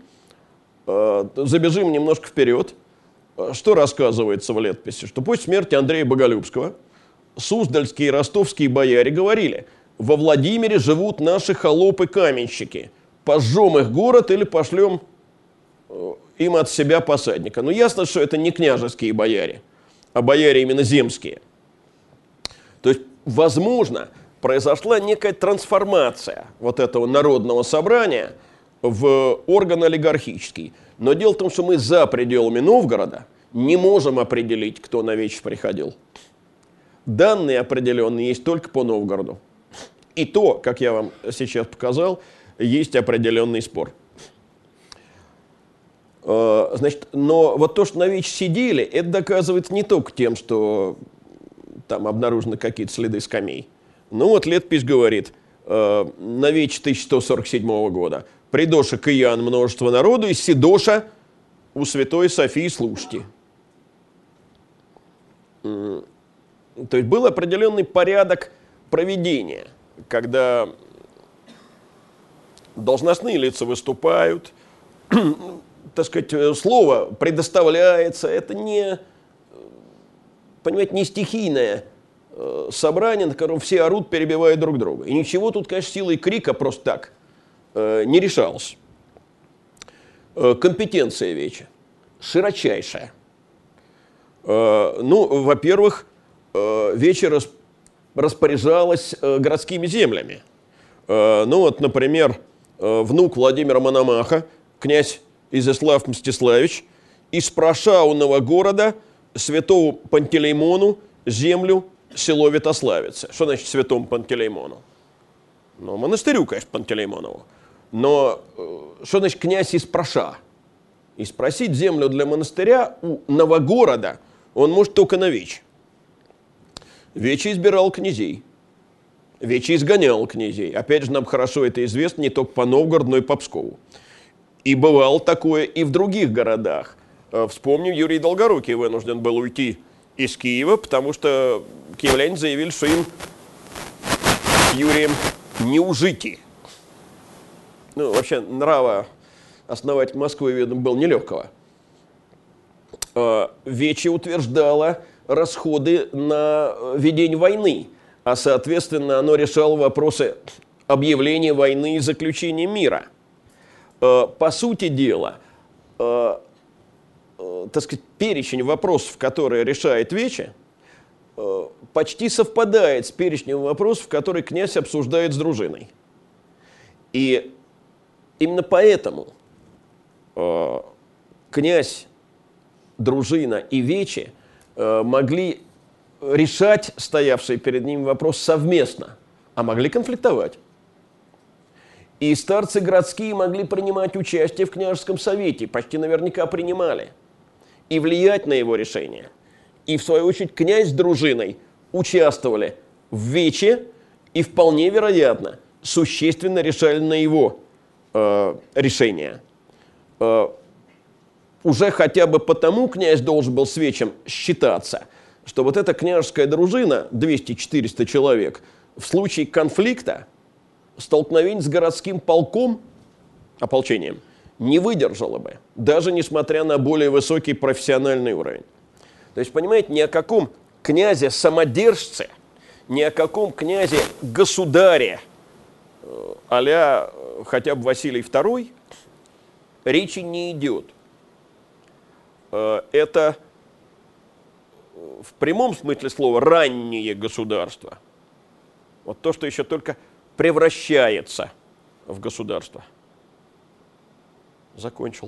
Забежим немножко вперед. Что рассказывается в летописи? Что после смерти Андрея Боголюбского суздальские и ростовские бояре говорили: во Владимире живут наши холопы-каменщики. Пожжем их город или пошлем им от себя посадника. Но ясно, что это не княжеские бояре, а бояре именно земские. То есть, возможно, произошла некая трансформация вот этого народного собрания в орган олигархический. Но дело в том, что мы за пределами Новгорода не можем определить, кто на Вече приходил. Данные определенные есть только по Новгороду. И то, как я вам сейчас показал, есть определенный спор. Значит, но вот то, что на Вече сидели, это доказывается не только тем, что там обнаружены какие-то следы скамей. Ну вот летопись говорит, на Вече 1147 года придоша киян множество народу, и сидоша у святой Софии слушайте. То есть был определенный порядок проведения, когда должностные лица выступают, так сказать, слово предоставляется, это не, понимаете, не стихийное собрание, на котором все орут, перебивая друг друга. И ничего тут, конечно, силой крика просто так не решалось. Компетенция Вече широчайшая. Ну, во-первых, Вече распоряжалась городскими землями. Ну вот, например, внук Владимира Мономаха, князь Изяслав Мстиславич, из прошаунного города святому Пантелеймону землю село Витославице. Что значит святому Пантелеймону? Ну, монастырю, конечно, Пантелеймонову. Но что значит князь из Проша? И спросить землю для монастыря у Новогорода он может только на Вече. Вече избирал князей. Вече изгонял князей. Опять же, нам хорошо это известно не только по Новгороду, но и по Пскову. И бывало такое и в других городах. Вспомним, Юрий Долгорукий вынужден был уйти из Киева, потому что киевляне заявили, что им с Юрием не ужити. Ну, вообще, нрава основатель Москвы, видно, был нелегкого. Вече утверждала расходы на ведение войны, а, соответственно, оно решало вопросы объявления войны и заключения мира. По сути дела, так сказать, перечень вопросов, которые решает Вече, почти совпадает с перечнем вопросов, которые князь обсуждает с дружиной. И именно поэтому князь, дружина и Вече могли решать стоявший перед ним вопрос совместно, а могли конфликтовать. И старцы городские могли принимать участие в княжеском совете, почти наверняка принимали, и влиять на его решение. И, в свою очередь, князь с дружиной участвовали в вече и, вполне вероятно, существенно решали на его решение. Уже хотя бы потому князь должен был с вечем считаться, что вот эта княжеская дружина, 200-400 человек, в случае конфликта, столкновение с городским полком, ополчением, не выдержало бы, даже несмотря на более высокий профессиональный уровень. То есть, понимаете, ни о каком князе-самодержце, ни о каком князе-государе а-ля хотя бы Василий II речи не идет. Это в прямом смысле слова раннее государство. Вот то, что еще только превращается в государство. Закончил.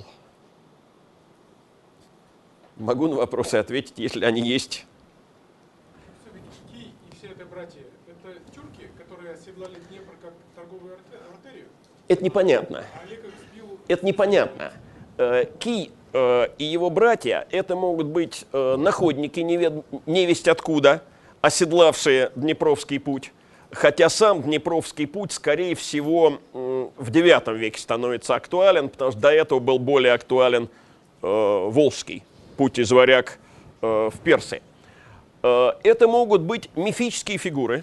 Могу на вопросы ответить, если они есть. Все-таки Кий и все это братья, это тюрки, которые оседлали Днепр как торговую артерию? Это непонятно. А Яков сбил... Это непонятно. Кий и его братья, это могут быть находники невесть откуда, оседлавшие Днепровский путь. Хотя сам Днепровский путь, скорее всего, в IX веке становится актуален, потому что до этого был более актуален Волжский путь из Варяг в Персии. Это могут быть мифические фигуры.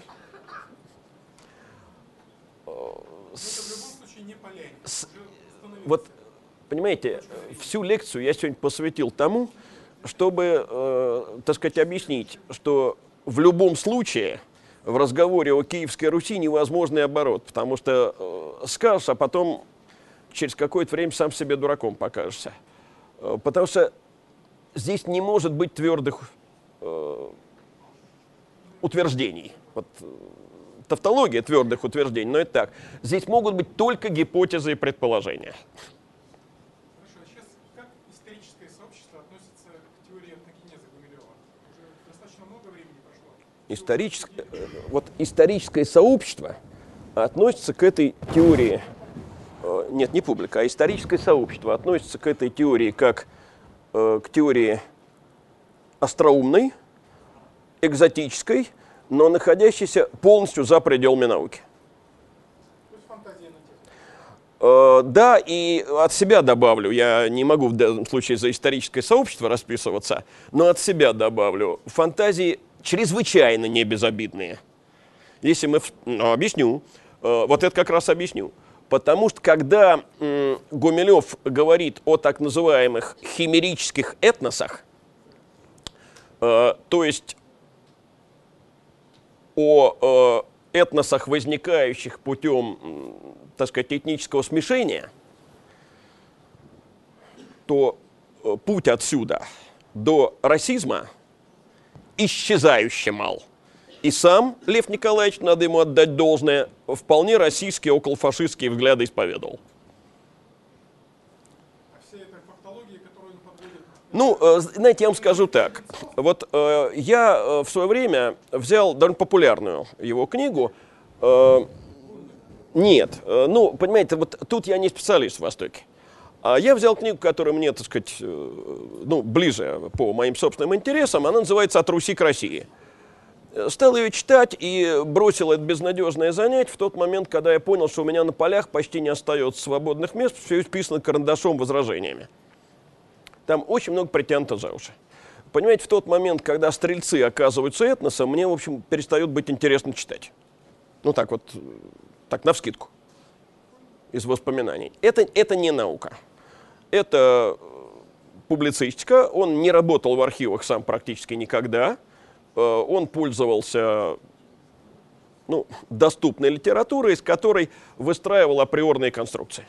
Но это в любом случае не поляне. Вот, понимаете, всю лекцию я сегодня посвятил тому, чтобы, так сказать, объяснить, что в любом случае в разговоре о Киевской Руси невозможный оборот, потому что скажешь, а потом через какое-то время сам себе дураком покажешься. Потому что здесь не может быть твердых утверждений. Вот, тавтология твердых утверждений, но это так. Здесь могут быть только гипотезы и предположения. Хорошо, а сейчас как историческое сообщество относится к теории этногенеза Гумилева? Уже достаточно много времени прошло. Историческое сообщество относится к этой теории, нет, не публика, а историческое сообщество относится к этой теории как к теории остроумной, экзотической, но находящейся полностью за пределами науки. То есть фантазия на тему. Да, и от себя добавлю, я не могу в данном случае за историческое сообщество расписываться, но от себя добавлю, фантазии чрезвычайно не безобидные. Если мы... объясню. Вот это как раз объясню. Потому что когда Гумилев говорит о так называемых химерических этносах, то есть о этносах, возникающих путем, так сказать, этнического смешения, то путь отсюда до расизма исчезающе мал. И сам Лев Николаевич, надо ему отдать должное, вполне российские околофашистские взгляды исповедовал. А вся эта фактология, которую он подводит... Ну, знаете, я вам скажу так. Вот я в свое время взял довольно популярную его книгу. Нет, ну, понимаете, вот тут я не специалист в Востоке. А я взял книгу, которая мне, так сказать, ну, ближе по моим собственным интересам. Она называется «От Руси к России». Стал ее читать и бросил это безнадежное занятие в тот момент, когда я понял, что у меня на полях почти не остается свободных мест, все исписано карандашом возражениями. Там очень много притянуто за уши. Понимаете, в тот момент, когда стрельцы оказываются этносом, мне, в общем, перестает быть интересно читать. Ну так вот, так навскидку, из воспоминаний. Это не наука. Это публицистика. Он не работал в архивах сам практически никогда. Он пользовался доступной литературой, из которой выстраивал априорные конструкции.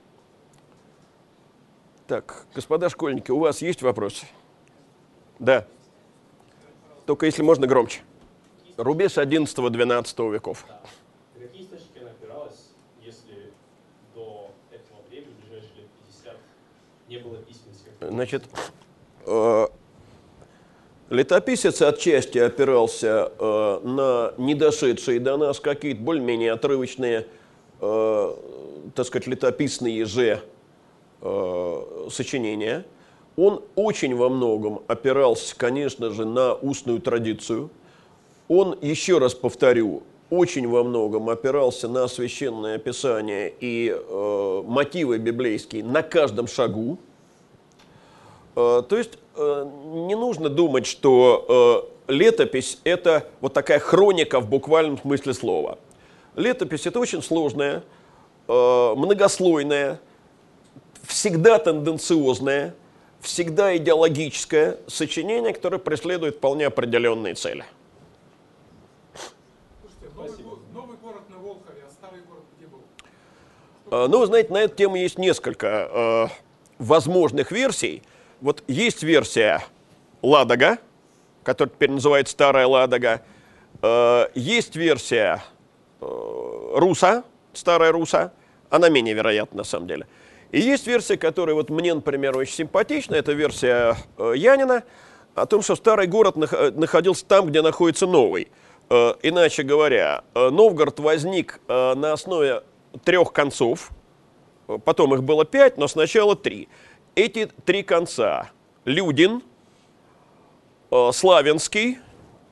Так, господа школьники, у вас есть вопросы? Да. Только если можно громче. Рубеж 11-12 веков. На какие источники она опиралась, если до этого времени, в ближайшие лет 50, не было письменности? Значит, Летописец отчасти опирался на недошедшие до нас какие-то более-менее отрывочные, так сказать, летописные же сочинения. Он очень во многом опирался, конечно же, на устную традицию. Он, еще раз повторю, очень во многом опирался на священное писание и мотивы библейские на каждом шагу. То есть не нужно думать, что летопись – это вот такая хроника в буквальном смысле слова. Летопись – это очень сложная, многослойная, всегда тенденциозное, всегда идеологическое сочинение, которое преследует вполне определенные цели. Слушайте, новый город на Волхове, а старый город где был? Ну, знаете, на эту тему есть несколько возможных версий. Вот есть версия Ладога, которая теперь называется Старая Ладога. Есть версия Руса, Старая Руса. Она менее вероятна на самом деле. И есть версия, которая вот мне, например, очень симпатична. Это версия Янина о том, что старый город находился там, где находится новый. Иначе говоря, Новгород возник на основе 3 концов. Потом их было 5, но сначала 3. Эти 3 конца – Людин, Славянский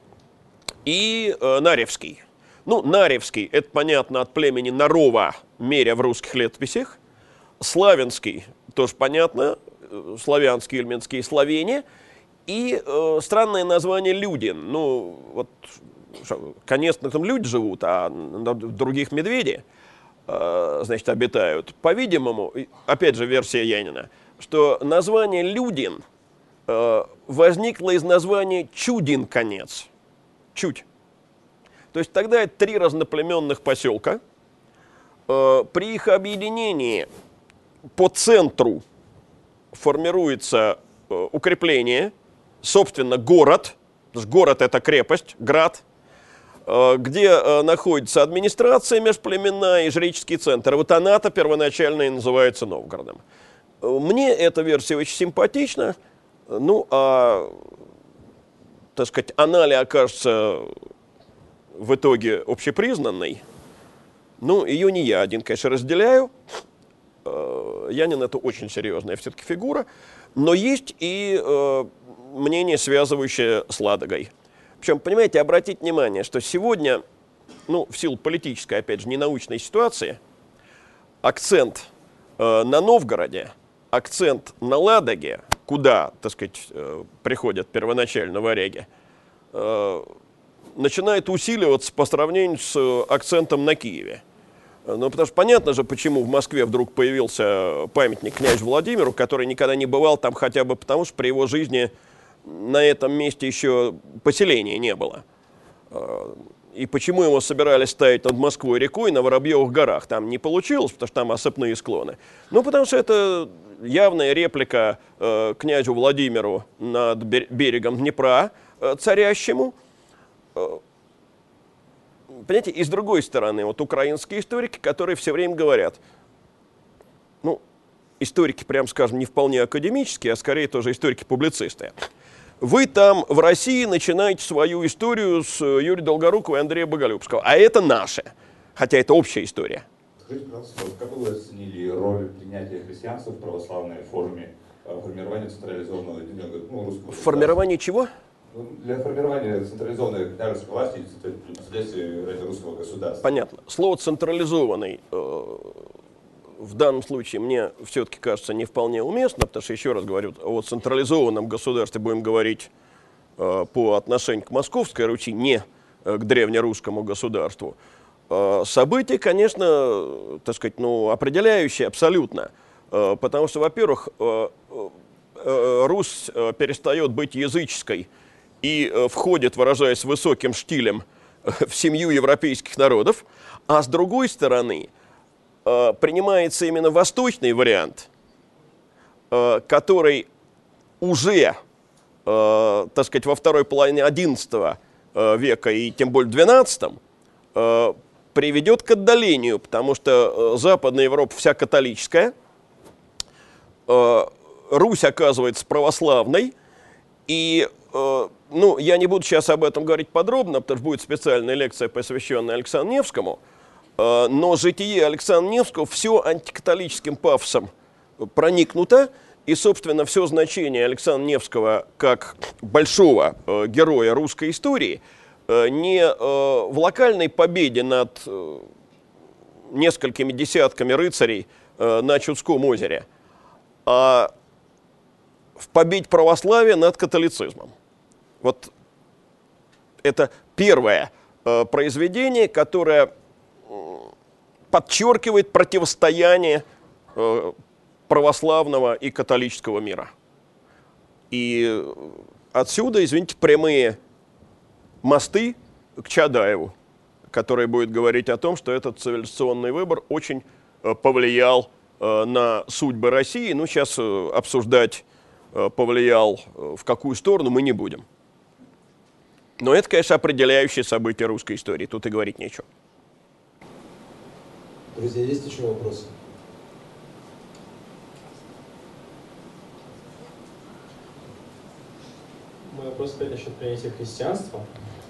и Наревский. Ну, Наревский – это понятно от племени Нарова, меря в русских летописях. Славянский – тоже понятно, славянские, ильменские, словени. И странное название Людин. Ну, вот, конечно, там люди живут, а на других медведи, значит, обитают. По-видимому, опять же, версия Янина, что название Людин возникло из названия Чудин конец. Чуть. То есть тогда это 3 разноплеменных поселка. При их объединении по центру формируется укрепление, собственно, город. Потому что город – это крепость, град, где находится администрация межплеменная и жреческий центр. Вот она-то первоначально и называется Новгородом. Мне эта версия очень симпатична. Ну, а, так сказать, она ли окажется в итоге общепризнанной, ну, ее не я один, конечно, разделяю. Янин – это очень серьезная все-таки фигура. Но есть и мнение, связывающее с Ладогой. Причем, понимаете, обратите внимание, что сегодня, ну, в силу политической, опять же, ненаучной ситуации, акцент на Новгороде, акцент на Ладоге, куда, так сказать, приходят первоначально варяги, начинает усиливаться по сравнению с акцентом на Киеве. Ну, потому что понятно же, почему в Москве вдруг появился памятник князю Владимиру, который никогда не бывал там хотя бы потому, что при его жизни на этом месте еще поселения не было. И почему его собирались ставить над Москвой рекой на Воробьевых горах? Там не получилось, потому что там осыпные склоны. Ну, потому что это явная реплика князю Владимиру над берегом Днепра, царящему. Понимаете, и с другой стороны, вот украинские историки, которые все время говорят, ну, историки, прям скажем, не вполне академические, а скорее тоже историки-публицисты. Вы там в России начинаете свою историю с Юрия Долгорукова и Андрея Боголюбского, а это наше, хотя это общая история. Скажите, пожалуйста, как вы оценили роль принятия христианства в православной форме формирования централизованного русского государства? Формирование чего? Для формирования централизованной княжеской власти вследствие русского государства. Понятно. Слово «централизованный» в данном случае мне все-таки кажется не вполне уместно, потому что, еще раз говорю, о централизованном государстве будем говорить по отношению к Московской Руси, не к древнерусскому государству. События, конечно, так сказать, ну, определяющие абсолютно, потому что, во-первых, Русь перестает быть языческой и входит, выражаясь высоким штилем, в семью европейских народов, а с другой стороны принимается именно восточный вариант, который уже, так сказать, во второй половине XI века и тем более XII приведет к отдалению, потому что Западная Европа вся католическая, Русь оказывается православной, и ну, я не буду сейчас об этом говорить подробно, потому что будет специальная лекция, посвященная Александру Невскому, но житие Александра Невского все антикатолическим пафосом проникнуто, и, собственно, все значение Александра Невского как большого героя русской истории не в локальной победе над несколькими десятками рыцарей на Чудском озере, а в победе православия над католицизмом. Вот это первое произведение, которое подчеркивает противостояние православного и католического мира. И отсюда, извините, прямые мосты к Чадаеву, который будет говорить о том, что этот цивилизационный выбор очень повлиял на судьбы России. Ну, сейчас обсуждать, повлиял в какую сторону, мы не будем. Но это, конечно, определяющее событие русской истории. Тут и говорить нечего. Друзья, есть еще вопросы? Мой вопрос опять насчет принятия христианства.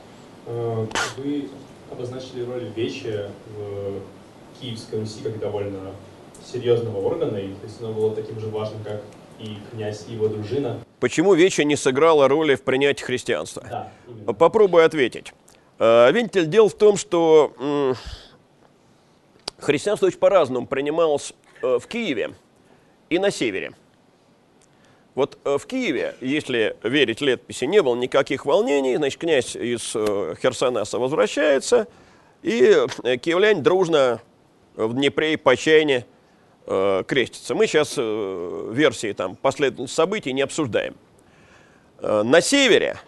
Вы обозначили роль Веча в Киевской Руси как довольно серьезного органа, и то есть оно было таким же важным, как и князь и его дружина. Почему Веча не сыграла роли в принятии христианства? Да, именно. Попробую ответить. Видите, дело в том, что христианство очень по-разному принималось в Киеве и на севере. Вот в Киеве, если верить летописи, не было никаких волнений, значит, князь из Херсонеса возвращается, и киевляне дружно в Днепре и Почайне крестятся. Мы сейчас версии там, последовательности событий не обсуждаем. На севере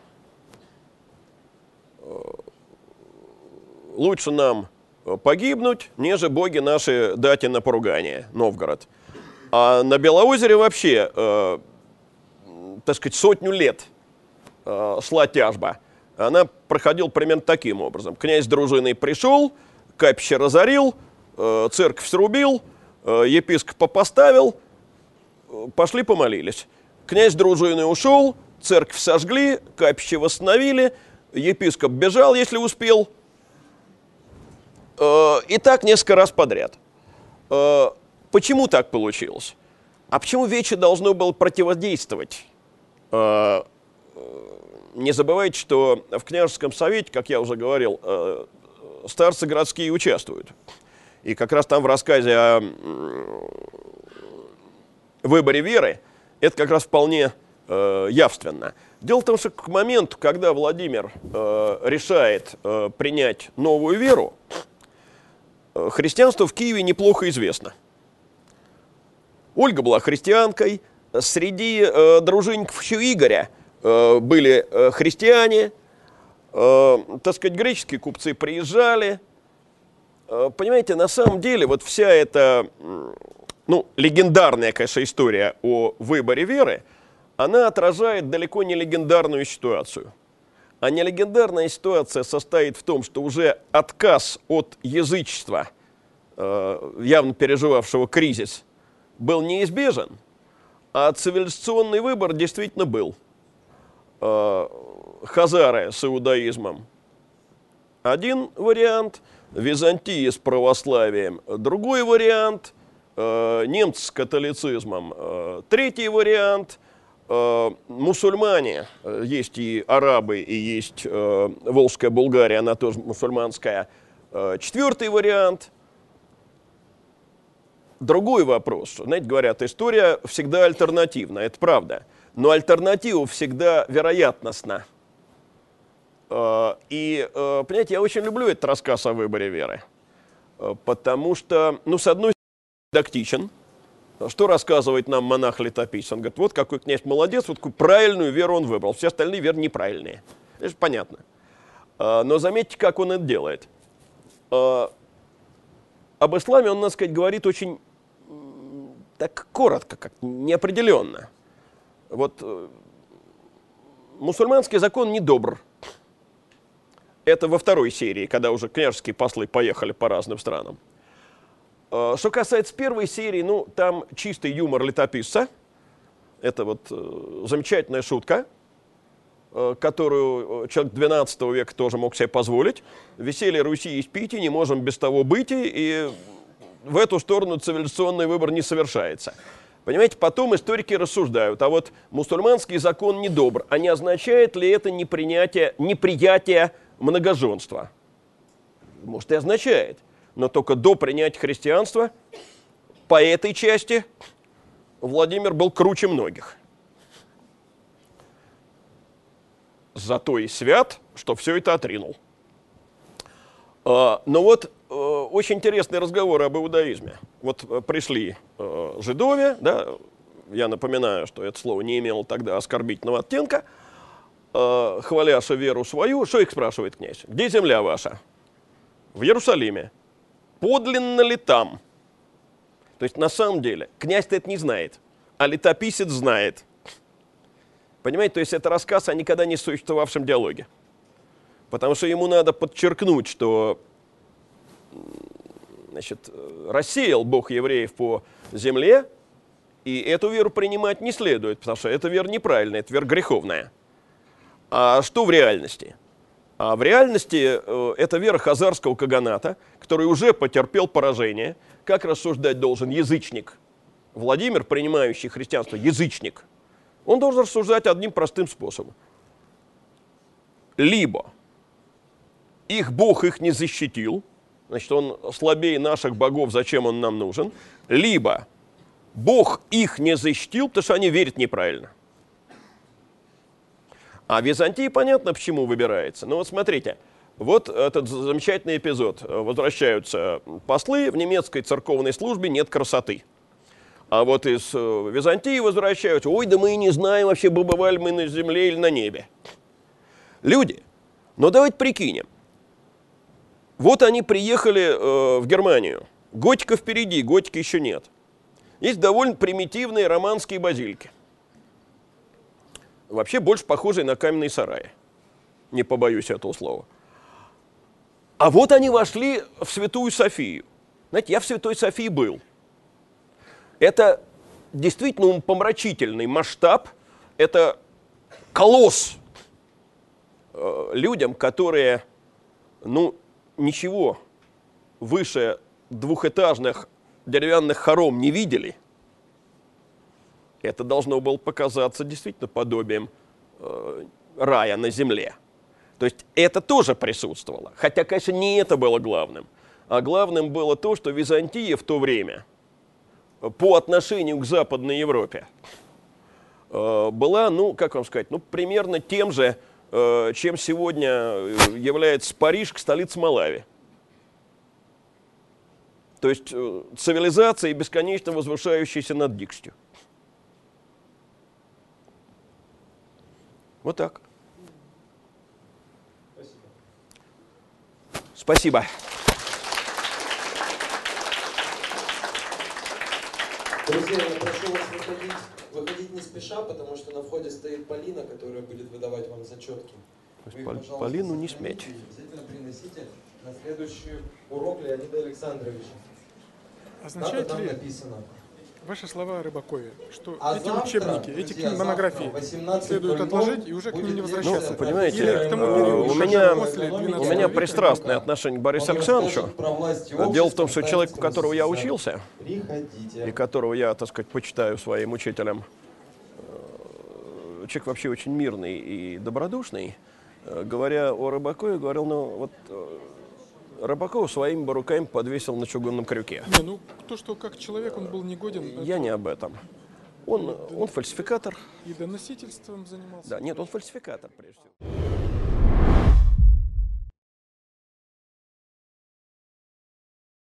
лучше нам погибнуть, неже боги наши дати на поругание, Новгород. А на Белоозере вообще, так сказать, 100 лет шла тяжба. Она проходила примерно таким образом. Князь с дружиной пришел, капище разорил, церковь срубил, епископа поставил, пошли помолились. Князь с дружиной ушел, церковь сожгли, капище восстановили, епископ бежал, если успел. И так несколько раз подряд. Почему так получилось? А почему Вече должно было противодействовать? Не забывайте, что в княжеском совете, как я уже говорил, старцы городские участвуют. И как раз там в рассказе о выборе веры это как раз вполне явственно. Дело в том, что к моменту, когда Владимир решает принять новую веру, христианство в Киеве неплохо известно. Ольга была христианкой, среди дружинников еще Игоря были христиане, так сказать, греческие купцы приезжали. Понимаете, на самом деле вот вся эта, ну, легендарная, конечно, история о выборе веры, она отражает далеко не легендарную ситуацию. А не легендарная ситуация состоит в том, что уже отказ от язычества, явно переживавшего кризис, был неизбежен, а цивилизационный выбор действительно был. Хазары с иудаизмом – один вариант, Византия с православием – другой вариант, немцы с католицизмом – третий вариант, мусульмане, есть и арабы, и есть Волжская Булгария, она тоже мусульманская, четвертый вариант. Другой вопрос, знаете, говорят, история всегда альтернативна, это правда, но альтернатива всегда вероятностна. И, понимаете, я очень люблю этот рассказ о выборе веры, потому что, ну, с одной стороны, дидактичен. Что рассказывает нам монах-летописец? Он говорит, вот какой князь молодец, вот какую правильную веру он выбрал, все остальные веры неправильные. Это же понятно. Но заметьте, как он это делает. Об исламе он, надо сказать, говорит очень так коротко, как неопределенно. Вот мусульманский закон недобр. Это во второй серии, когда уже княжеские послы поехали по разным странам. Что касается первой серии, ну, там чистый юмор летописца. Это вот замечательная шутка. которую человек XII века тоже мог себе позволить. Веселье Руси есть пить, не можем без того быть, и в эту сторону цивилизационный выбор не совершается. Понимаете, потом историки рассуждают, а вот мусульманский закон недобр, а не означает ли это неприятие многоженства? Может, и означает, но только до принятия христианства по этой части Владимир был круче многих. Зато и свят, что все это отринул. Но вот очень интересный разговор об иудаизме. Вот пришли жидове, да, я напоминаю, что это слово не имело тогда оскорбительного оттенка, хваляша веру свою, что их спрашивает князь? Где земля ваша? В Иерусалиме. Подлинно ли там? То есть на самом деле князь-то это не знает, а летописец знает. Понимаете, то есть это рассказ о никогда не существовавшем диалоге. Потому что ему надо подчеркнуть, что, значит, рассеял Бог евреев по земле, и эту веру принимать не следует, потому что эта вера неправильная, это вера греховная. А что в реальности? А в реальности это вера хазарского каганата, который уже потерпел поражение. Как рассуждать должен язычник? Владимир, принимающий христианство, язычник. Он должен рассуждать одним простым способом. Либо их Бог их не защитил, значит, он слабее наших богов, зачем он нам нужен, либо Бог их не защитил, потому что они верят неправильно. А Византии понятно, почему выбирается. Ну вот смотрите, вот этот замечательный эпизод. Возвращаются послы, в немецкой церковной службе нет красоты. А вот из Византии возвращаются, ой, да мы и не знаем вообще, бывали мы на земле или на небе. Люди, но давайте прикинем. Вот они приехали в Германию. Готика впереди, готики еще нет. Есть довольно примитивные романские базилики. Вообще больше похожие на каменные сараи. Не побоюсь этого слова. А вот они вошли в Святую Софию. Знаете, я в Святой Софии был. Это действительно умопомрачительный масштаб. Это колосс людям, которые, ну, ничего выше двухэтажных деревянных хором не видели. Это должно было показаться действительно подобием рая на земле. То есть это тоже присутствовало. Хотя, конечно, не это было главным. А главным было то, что Византия в то время по отношению к Западной Европе была, ну, как вам сказать, ну, примерно тем же, чем сегодня является Париж, столица Малави. То есть цивилизация, бесконечно возвышающаяся над дикостью. Вот так. Спасибо. Друзья, я прошу вас выходить не спеша, потому что на входе стоит Полина, которая будет выдавать вам зачетки. Вы их, пожалуйста, Полину не сметь. Обязательно приносите на следующий урок Леонида Александровича. Означает там ли написано. ваши слова о Рыбакове, что А эти завтра, учебники, эти друзья, монографии следует отложить и уже к ним не возвращаться? Ну, понимаете, Или к тому у периоду, меня, после 12 у меня века? пристрастное отношение к Борису Александровичу. Дело в том, что человек, у которого я учился, и которого я, так сказать, почитаю своим учителем, человек вообще очень мирный и добродушный, говоря о Рыбакове, говорил, ну вот Рыбакова своими бы руками подвесил на чугунном крюке. Не, ну то, что как человек он был негоден. Я не об этом. Он фальсификатор. И доносительством занимался. Да, нет, он фальсификатор прежде всего.